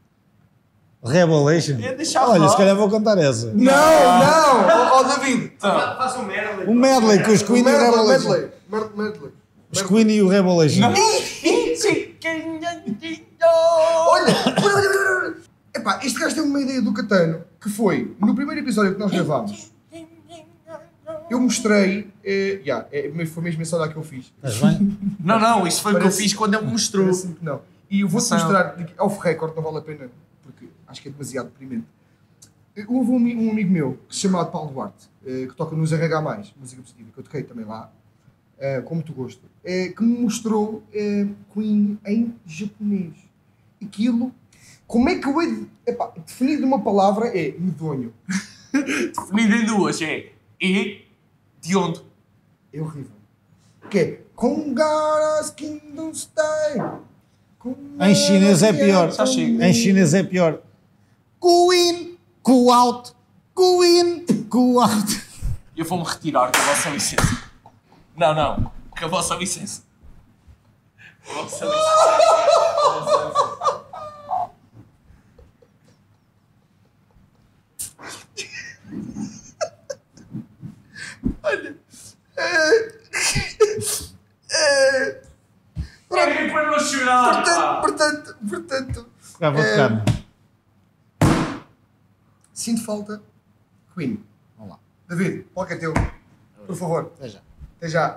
Revelation? É deixar Olha, lá. se calhar vou cantar essa. Não, não. Ó, ó, David. Então, Faz um merda. O medley com os O Queen e o medley, Revelation. medley. Mer- Medley. Os Queen e o Revelation. Olha, olha, olha, olha, olha. Epá, este gajo tem uma ideia do Catano, que foi, no primeiro episódio que nós gravámos, eu mostrei, eh, yeah, é, mas foi mesmo esse olhar que eu fiz. Estás bem? não, não, isto foi o que eu Parece- fiz quando ele me mostrou. Parece-me que não. E eu vou-te Atenção. mostrar, off record, não vale a pena, porque acho que é demasiado deprimente. Eh, Houve um, ami- um amigo meu, que se chama Paulo Duarte, eh, que toca nos R H mais, música positiva, que eu toquei também lá, eh, com muito gosto, eh, que me mostrou eh, Queen em japonês. Aquilo, como é que eu hei de, epá, definir de uma palavra é medonho. Definido em duas, é E de onde? É horrível. Que é Congaras Kingdom Stay. Em chinês é pior. Já chega. Em chinês é pior. Go in, go out. Go in, go out. Eu vou-me retirar com a vossa licença. Não, não. Com a vossa licença. Com a vossa licença. Olha. É, é, É para não chorar, portanto, portanto, portanto. Já vou é, tocar. Sinto falta. Queen. Vamos lá. David, qual que é teu? Por favor. Até já. Até já.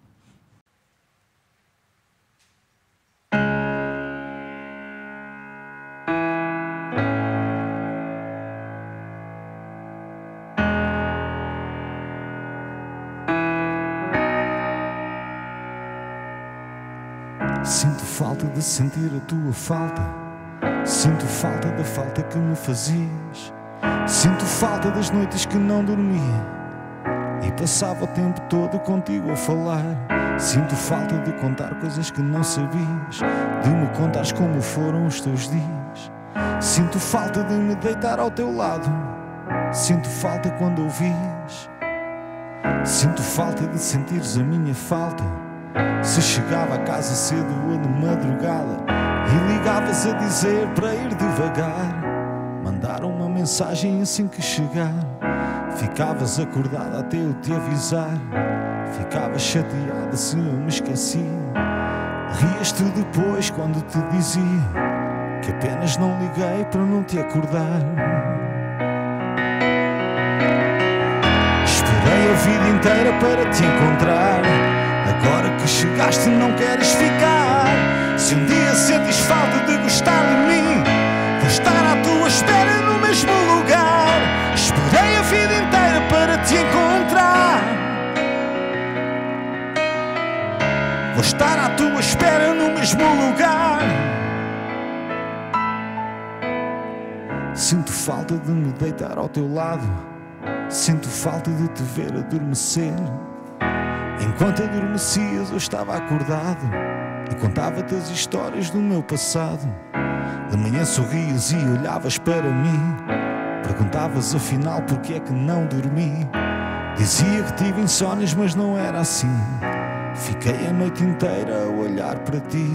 Sinto falta de sentir a tua falta. Sinto falta da falta que me fazias. Sinto falta das noites que não dormia e passava o tempo todo contigo a falar. Sinto falta de contar coisas que não sabias, de me contares como foram os teus dias. Sinto falta de me deitar ao teu lado. Sinto falta quando ouvias. Sinto falta de sentires a minha falta. Se chegava a casa cedo ou de madrugada e ligavas a dizer para ir devagar, mandar uma mensagem assim que chegar. Ficavas acordada até eu te avisar. Ficavas chateada se eu me esquecia. Rias-te depois quando te dizia que apenas não liguei para não te acordar. Esperei a vida inteira para te encontrar. Agora que chegaste não queres ficar. Se um dia sentes falta de gostar de mim, vou estar à tua espera no mesmo lugar. Esperei a vida inteira para te encontrar. Vou estar à tua espera no mesmo lugar. Sinto falta de me deitar ao teu lado. Sinto falta de te ver adormecer. Enquanto adormecias eu estava acordado e contava-te as histórias do meu passado. De manhã sorrias e olhavas para mim. Perguntavas afinal porque é que não dormi. Dizia que tive insónias, mas não era assim. Fiquei a noite inteira a olhar para ti.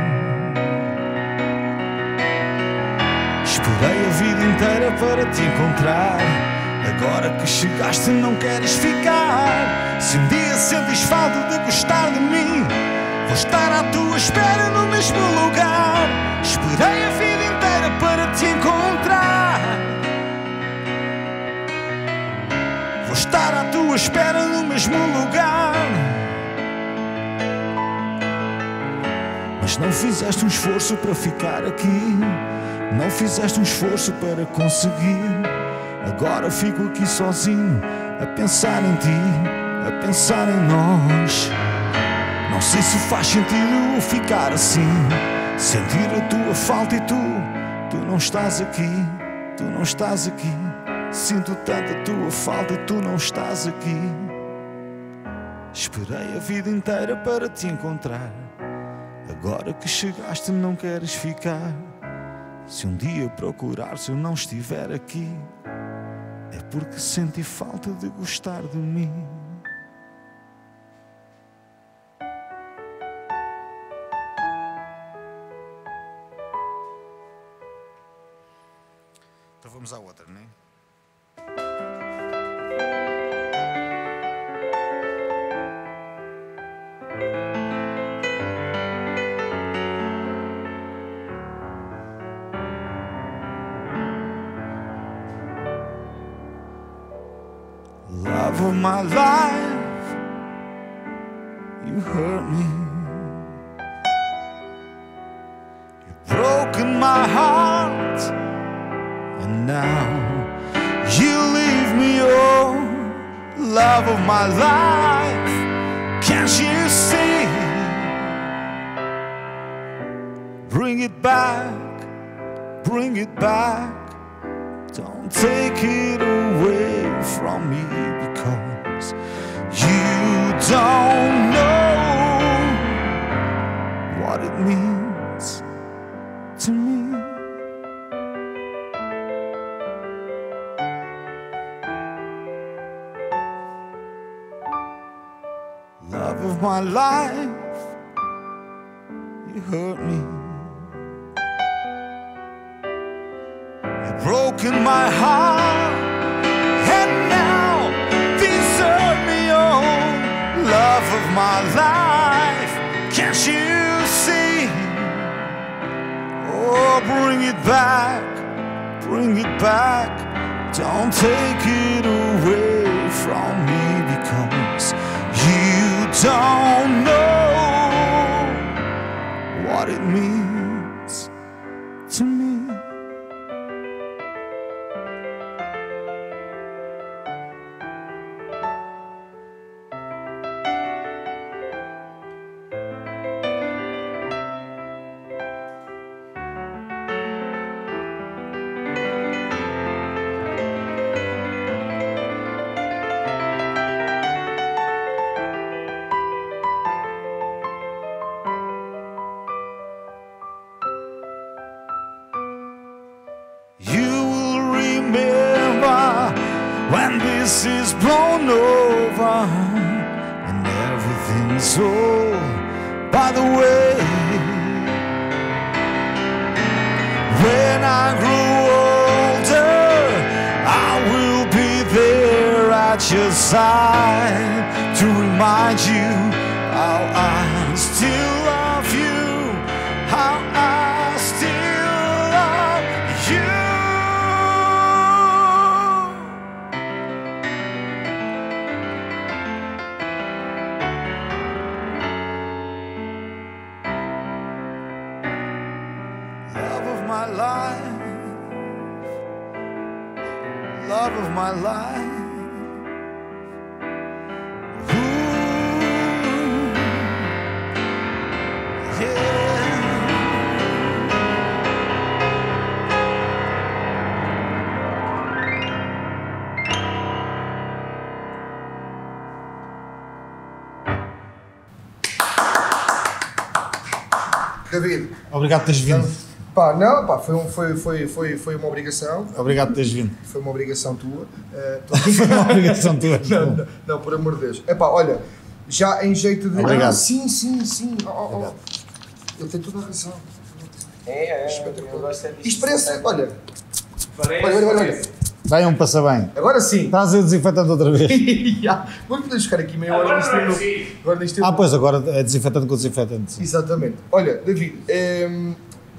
Esperei a vida inteira para te encontrar. Agora que chegaste não queres ficar. Se um dia sentes falta de gostar de mim, vou estar à tua espera no mesmo lugar. Esperei a vida inteira para te encontrar. Vou estar à tua espera no mesmo lugar. Mas não fizeste um esforço para ficar aqui. Não fizeste um esforço para conseguir. Agora fico aqui sozinho a pensar em ti, a pensar em nós. Não sei se faz sentido eu ficar assim, sentir a tua falta e tu, tu não estás aqui, tu não estás aqui. Sinto tanto a tua falta e tu não estás aqui. Esperei a vida inteira para te encontrar. Agora que chegaste não queres ficar. Se um dia procurar, se eu não estiver aqui, é porque senti falta de gostar de mim. Então vamos à outra, não é? Love of my life, you hurt me. You've broken my heart, and now you leave me. Oh, love of my life, can't you see? Bring it back, bring it back. Don't take it away from me, because you don't know what it means of my life, you hurt me. You've broken my heart, and now desert me, oh, love of my life. Can't you see? Oh, bring it back, bring it back. Don't take it away from me, because you don't know what it means to me. This is blown over and everything's all by the way. When I grow older, I will be there at your side to remind you how I still love you, how I still love you. My life, love of my life. Ooh, yeah. David, Obrigado por teres vindo. Pá, não, pá, foi, um, foi, foi, foi, foi uma obrigação. Obrigado por teres vindo. Foi uma obrigação tua. Uh, tô... Foi uma obrigação tua. não, não, não, por amor de Deus. É pá, olha, já em jeito de. Obrigado. Ah, sim, sim, sim. Oh, oh, oh. Ele tem toda a razão. É, é. Espetacular. Isto parece. Olha. Parece. Olha, olha, olha. Vai um passa bem. Agora sim. Estás a desinfetante outra vez. yeah. Vamos poder ficar aqui meia hora Agora nisto. sim. Agora nisto. Ah, pois, agora é desinfetante com desinfetante. Exatamente. Olha, David. Um...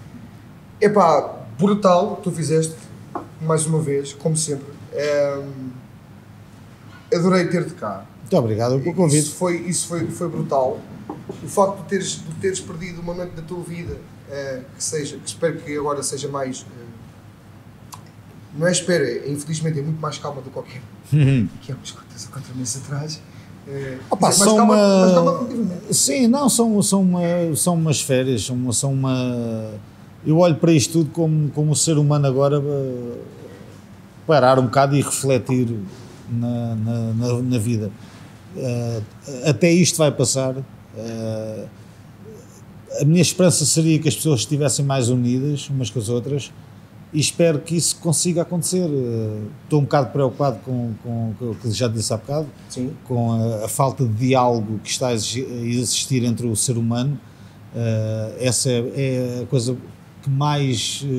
Epá, brutal, tu fizeste, mais uma vez, como sempre. Um, adorei ter-te cá. Muito obrigado pelo convite. Isso, foi, isso foi, foi brutal. O facto de teres, de teres perdido um momento da tua vida, uh, que seja, que espero que agora seja mais. Uh, não é espera, é, infelizmente é muito mais calma do que qualquer. Uhum. Que é uns quantos, quantos meses atrás. Uh, Opa, mais são calma, uma... mais calma relativamente. Sim, não, são, são, uma, são umas férias, são uma, são uma... Eu olho para isto tudo como, como o ser humano agora uh, parar um bocado e refletir na, na, na, na vida. Uh, até isto vai passar. Uh, a minha esperança seria que as pessoas estivessem mais unidas umas com as outras e espero que isso consiga acontecer. Uh, estou um bocado preocupado com, com, com o que já disse há bocado, Sim. com a, a falta de diálogo que está a existir entre o ser humano. Uh, essa é, é a coisa que mais uh,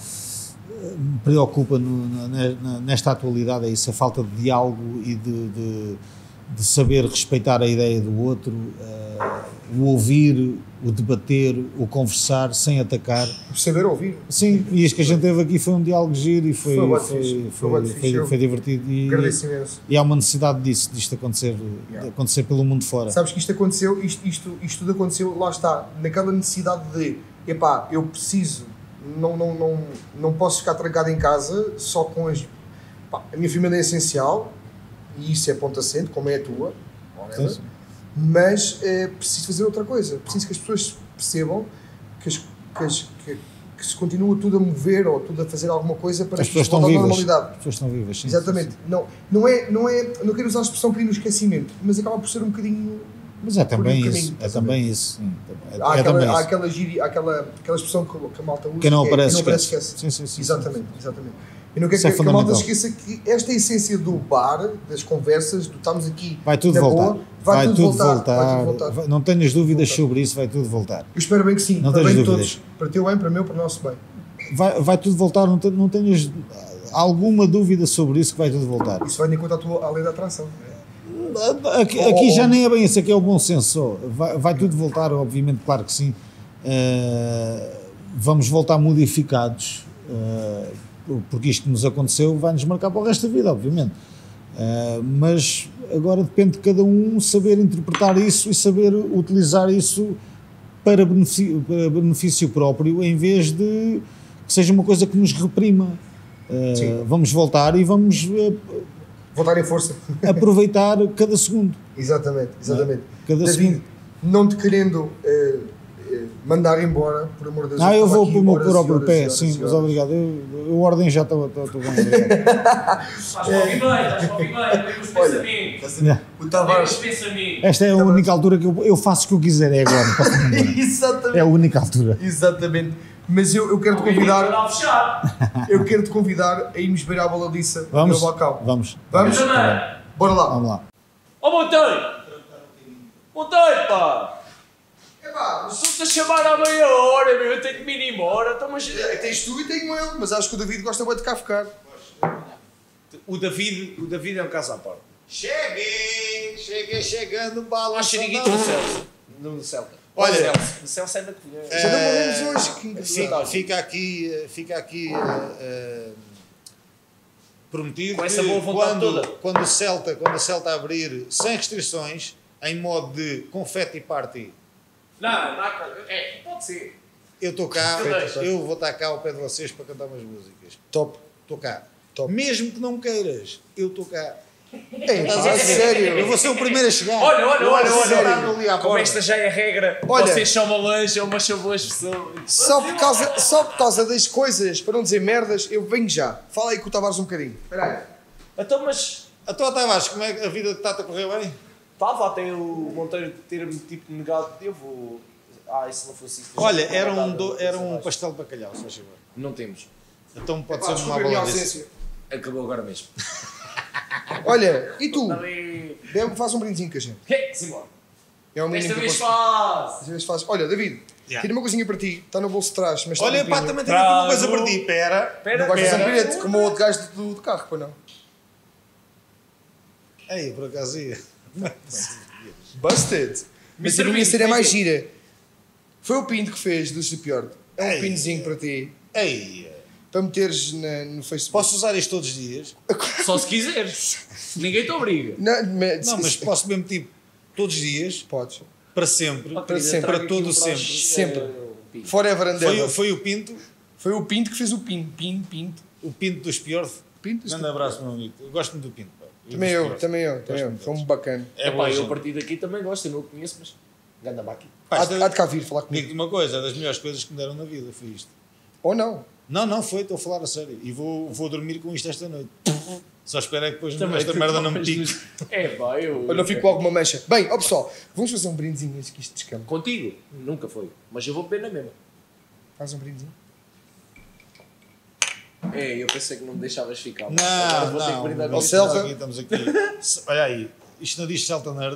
me preocupa no, na, nesta atualidade, é isso, a falta de diálogo e de, de, de saber respeitar a ideia do outro, uh, o ouvir, o debater, o conversar sem atacar. Saber ouvir. Sim, e isto que a gente teve aqui foi um diálogo giro e foi, foi, foi, foi, foi, foi, foi, foi divertido e, agradeço imenso. E há uma necessidade disso, disto acontecer, Yeah. de acontecer pelo mundo fora. Sabes que isto aconteceu, isto, isto, isto tudo aconteceu, lá está, naquela necessidade de, epá, eu preciso, não, não, não, não posso ficar trancado em casa só com as... Pá, a minha família é essencial, e isso é ponto assente, como é a tua, Sim, sim. mas é, preciso fazer outra coisa, preciso que as pessoas percebam que, as, que, as, que, que se continua tudo a mover ou tudo a fazer alguma coisa para As que pessoas isto estão volte à vivas. normalidade. As pessoas estão vivas, sim. Exatamente. Sim, sim. Não, não, é, não é, não quero usar a expressão cair no esquecimento, mas acaba por ser um bocadinho... Mas é também por um isso, caminho, é também isso. Sim. É, Há, é aquela, também há isso. aquela, gíria, aquela, aquela expressão que, que a malta usa, Quem não que é, aparece, quem não aparece esquece. esquece. Sim, sim, sim, exatamente, exatamente. Eu não quero Isso é que, que a malta fundamental. esqueça que esta é a essência do bar, das conversas, do estamos aqui Vai tudo na voltar. boa, vai, tudo, voltar, vai tudo voltar. Vai- Não tenhas dúvidas sobre isso, vai tudo voltar. Eu espero bem que sim, Não para tens bem de dúvidas. todos. Para teu bem, para meu, para o nosso bem. Vai, vai tudo voltar, não, te- não tenhas alguma dúvida sobre isso que vai tudo voltar. Isso vai de encontro à, tua, à lei da atração. Aqui, aqui já nem é bem isso, aqui é o bom senso. só. Vai, vai tudo voltar, obviamente, claro que sim. Uh, vamos voltar modificados, uh, porque isto que nos aconteceu vai-nos marcar para o resto da vida, obviamente. Uh, mas agora depende de cada um saber interpretar isso e saber utilizar isso para benefício, para benefício próprio, em vez de que seja uma coisa que nos reprima. Uh, Sim. vamos voltar e vamos uh, Voltar em força. aproveitar cada segundo. Exatamente, exatamente. Cada David, segundo. não te querendo eh, eh, mandar embora, por amor de Deus. Ah, eu estava vou aqui pelo meu horas e próprio horas pé, e horas sim, e mas horas. obrigado. Eu, eu ordem já estou bem, obrigado. Estás para ouvir bem, estás para ouvir bem, vem com os pensamentos. Yeah. O Vem com Tavares. os pensamentos. Esta é a única altura que eu, eu faço o que eu quiser, é agora. posso-me embora. Exatamente. É a única altura. Exatamente. Mas eu, eu quero te Alguém convidar, vai fechar. eu quero te convidar a irmos beber à baladiça Vamos? no Bacau. Vamos. Vamos? Eu também. Bora lá. Vamos lá. Ó Monteiro! Monteiro, pá! Epá, Estou-te a chamar há meia hora, meu. Eu tenho que me ir embora. Então, mas... tens tu e tenho eu, mas acho que o David gosta muito de cá ficar. O David, o David é um caso à parte. Cheguei, cheguei chegando, bala. Há xeringuito no Celso. No Celta. Olha, Celso. No Celso é na Covilhã. Já não morremos hoje, que Fica, incrível. fica aqui, eh, fica aqui eh, eh, prometido Com essa que boa vontade quando, toda. quando o Celta, quando o Celta abrir sem restrições, em modo de confetti party, Não, não há... É, pode ser. eu estou cá, Eu deixo. eu vou estar cá ao pé de vocês para cantar umas músicas. Top. Estou cá. Top. Mesmo que não queiras, eu estou cá. É, Estás pá, a ver? sério. Eu vou ser o primeiro a chegar. Olha, olha, Eu olha, vou olha, sentar-me olha. ali à Como porta. esta já é a regra, Olha. vocês são uma lancha, mas são boas pessoas. Só por, causa, só por causa das coisas, para não dizer merdas, eu venho já. Fala aí com o Tavares um bocadinho. Espera aí. Então, mas... A tua Tavares, como é que a vida está-te a correr bem? Estava até o Monteiro ter-me tipo negado. Eu vou... Ah, e se não fosse isso... Olha, já era tinha um, mandado do- a era um cerveja. pastel de bacalhau, se faz favor. Não temos. Então pode Pá, ser desculpa uma a minha baladiça. ausência. Acabou agora mesmo. Olha, e tu? Ali... Bebe, faz um brindezinho com a gente. Que? Simbora. É o mínimo Desta que eu vez posso- faz. Desta vez faz. Olha, David, Yeah. tira uma coisinha para ti. Está no bolso de trás, mas está Olha, pá, limpinho. também tenho aqui uma coisa Trago. para ti. Pera. Espera, Não vais fazer um espera. bilhete como o outro gajo do, do carro, pô não. Ei, por acaso ia. Busted. Mas a mister minha Bean, cena é mais vem gira. Foi o Pinto que fez do Pior. É um Ei. pinzinho para ti. Ei, Para meteres na- no Facebook. posso usar isto todos os dias? Só se quiseres. Ninguém te obriga. Não, mas, Não, mas posso mesmo tipo todos os dias, Podes. para sempre, Para sempre. para todo o sempre. Sempre. Forever and Foi, ever. o- foi o Pinto, Foi o Pinto que fez o Pin. Pin, Pinto. o Pinto dos Pior. Pinto. Grande abraço, meu amigo. Eu gosto muito do Pinto. Pá. Também dos eu, Pior. também eu, também eu. muito Foi um bacana. É É bom, pá, eu a gente. partir daqui também gosto, eu não o conheço, mas... Ganda máquina. Pá, Há, isto é- há de cá vir falar comigo. Digo-te uma coisa, é das melhores coisas que me deram na vida, foi isto. Ou não. Não, não foi, estou a falar a sério. E vou, vou dormir com isto esta noite. Só espero é que depois Também esta tu merda não me tomas pique. nos- É pá, eu... Ou não fico com alguma mancha. Bem, ó pessoal, vamos fazer um brindezinho antes que isto descampe. Contigo? Nunca foi. Mas eu vou beber na mesma. Faz um brindezinho. É, eu pensei que não me deixavas ficar. Não, Agora vou ter que não. brindar com Ó, isto. Celta. Estamos aqui, estamos aqui. Se- Olha aí, isto não diz Celta Nerd.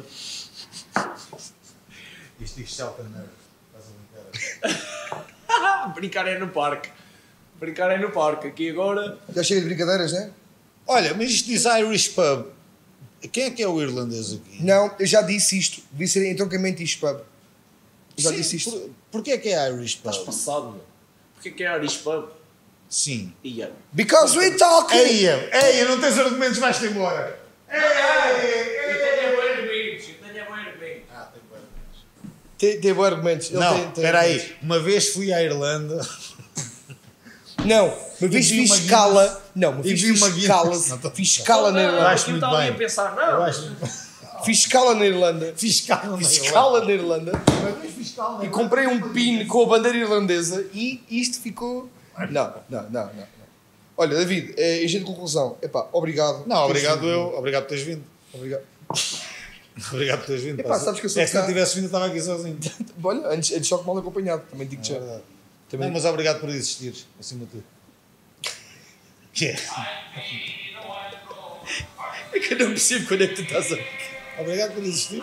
Isto diz Celta Nerd. Estás a brincar? Ah, brincar é no parque. Brincar é no parque. Aqui agora... Já chega de brincadeiras, né? Olha, mas isto diz Irish Pub. Quem é que é o irlandês aqui? Não, eu já disse isto. Devia ser entroncamento isto, pub. Eu já Sim, disse isto. Por, porquê é que é Irish Pub? Estás passado, meu. Porquê que é Irish Pub? Sim. Ia. Because we talk! Eia, eia, não tens argumentos, vais-te embora. Eu tenho bons argumentos. Eu tenho bons argumentos. Ah, tem bem. Tem, tem bons argumentos. Ele Não, tem- tem espera argumentos. aí. Uma vez fui à Irlanda Não, uma vez vi fiz uma escala. Não, uma E vez vi fiz uma escala. Guinness. Não, tô- Fiz escala na Não, Irlanda. acho eu muito estava bem. a pensar, Eu não. acho Fiz escala na Irlanda. fiscal Fiz escala na Irlanda. E comprei um pin com a bandeira irlandesa e isto ficou. Não, não, não, não. não. Olha, David, é, em jeito de conclusão, epá, obrigado. Não, obrigado eu. Obrigado por teres vindo. Obrigado. Obrigado por teres vindo. Epá, pá. sabes que eu sou é de que se não cá. tivesse vindo eu estava aqui sozinho. Olha, antes, antes só que mal acompanhado, também digo É já. verdade. Também Não, mas obrigado por existires, acima de tudo. É que eu não percebo quando é que tu estás a... Obrigado por existir.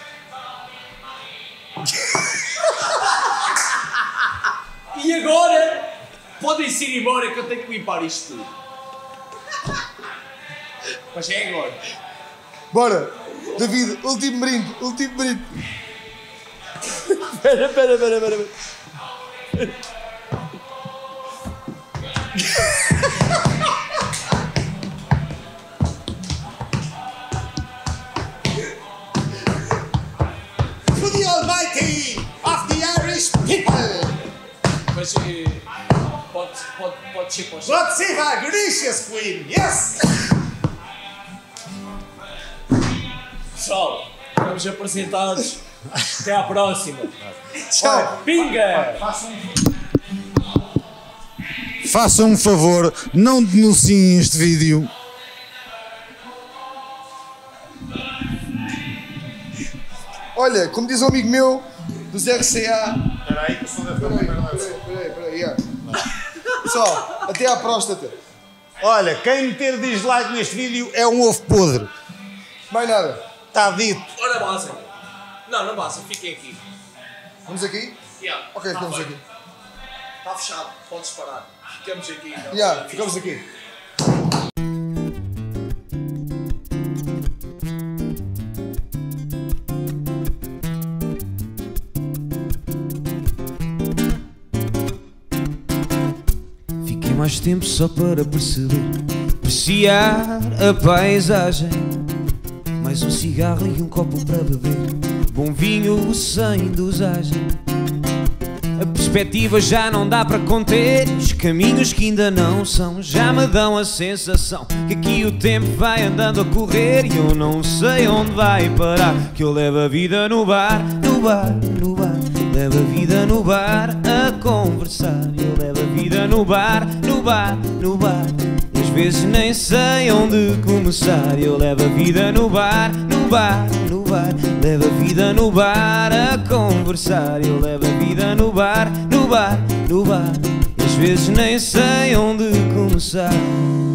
E agora podem-se ir embora que eu tenho que limpar isto tudo. Mas é agora. Bora! David, último brinde, último brinde. Espera, espera, espera, espera. To the Almighty of the Irish people! Mas eh, pode, pode, pode ser para o God save our gracious Queen! Yes! Pessoal, estamos apresentados. Até à próxima. Tchau! Pinga! Façam um favor, não denunciem este vídeo. Olha, como diz um amigo meu dos R C A. Espera aí que o som deve Espera aí, espera aí, espera aí, yeah. Pessoal, até à próstata. Olha, quem meter dislike neste vídeo é um ovo podre. Mais nada. Está dito. Ora, basta. Não, não basta, fiquem aqui. Vamos aqui? Yeah, Ok, tá ficamos feito. aqui. Está fechado, podes parar. Ficamos aqui. Não, Yeah, ficamos aqui. Fiquei mais tempo só para perceber, apreciar a paisagem. Mais um cigarro e um copo para beber, bom vinho sem dosagem. A perspectiva já não dá para conter, os caminhos que ainda não são já me dão a sensação que aqui o tempo vai andando a correr e eu não sei onde vai parar. Que eu levo a vida no bar, no bar, no bar, levo a vida no bar a conversar. Eu levo a vida no bar, no bar, no bar, e às vezes nem sei onde começar. Eu levo a vida no bar, no bar, no bar, levo a vida no bar a conversar. Eu levo a vida no bar, no bar, no bar, e às vezes nem sei onde começar.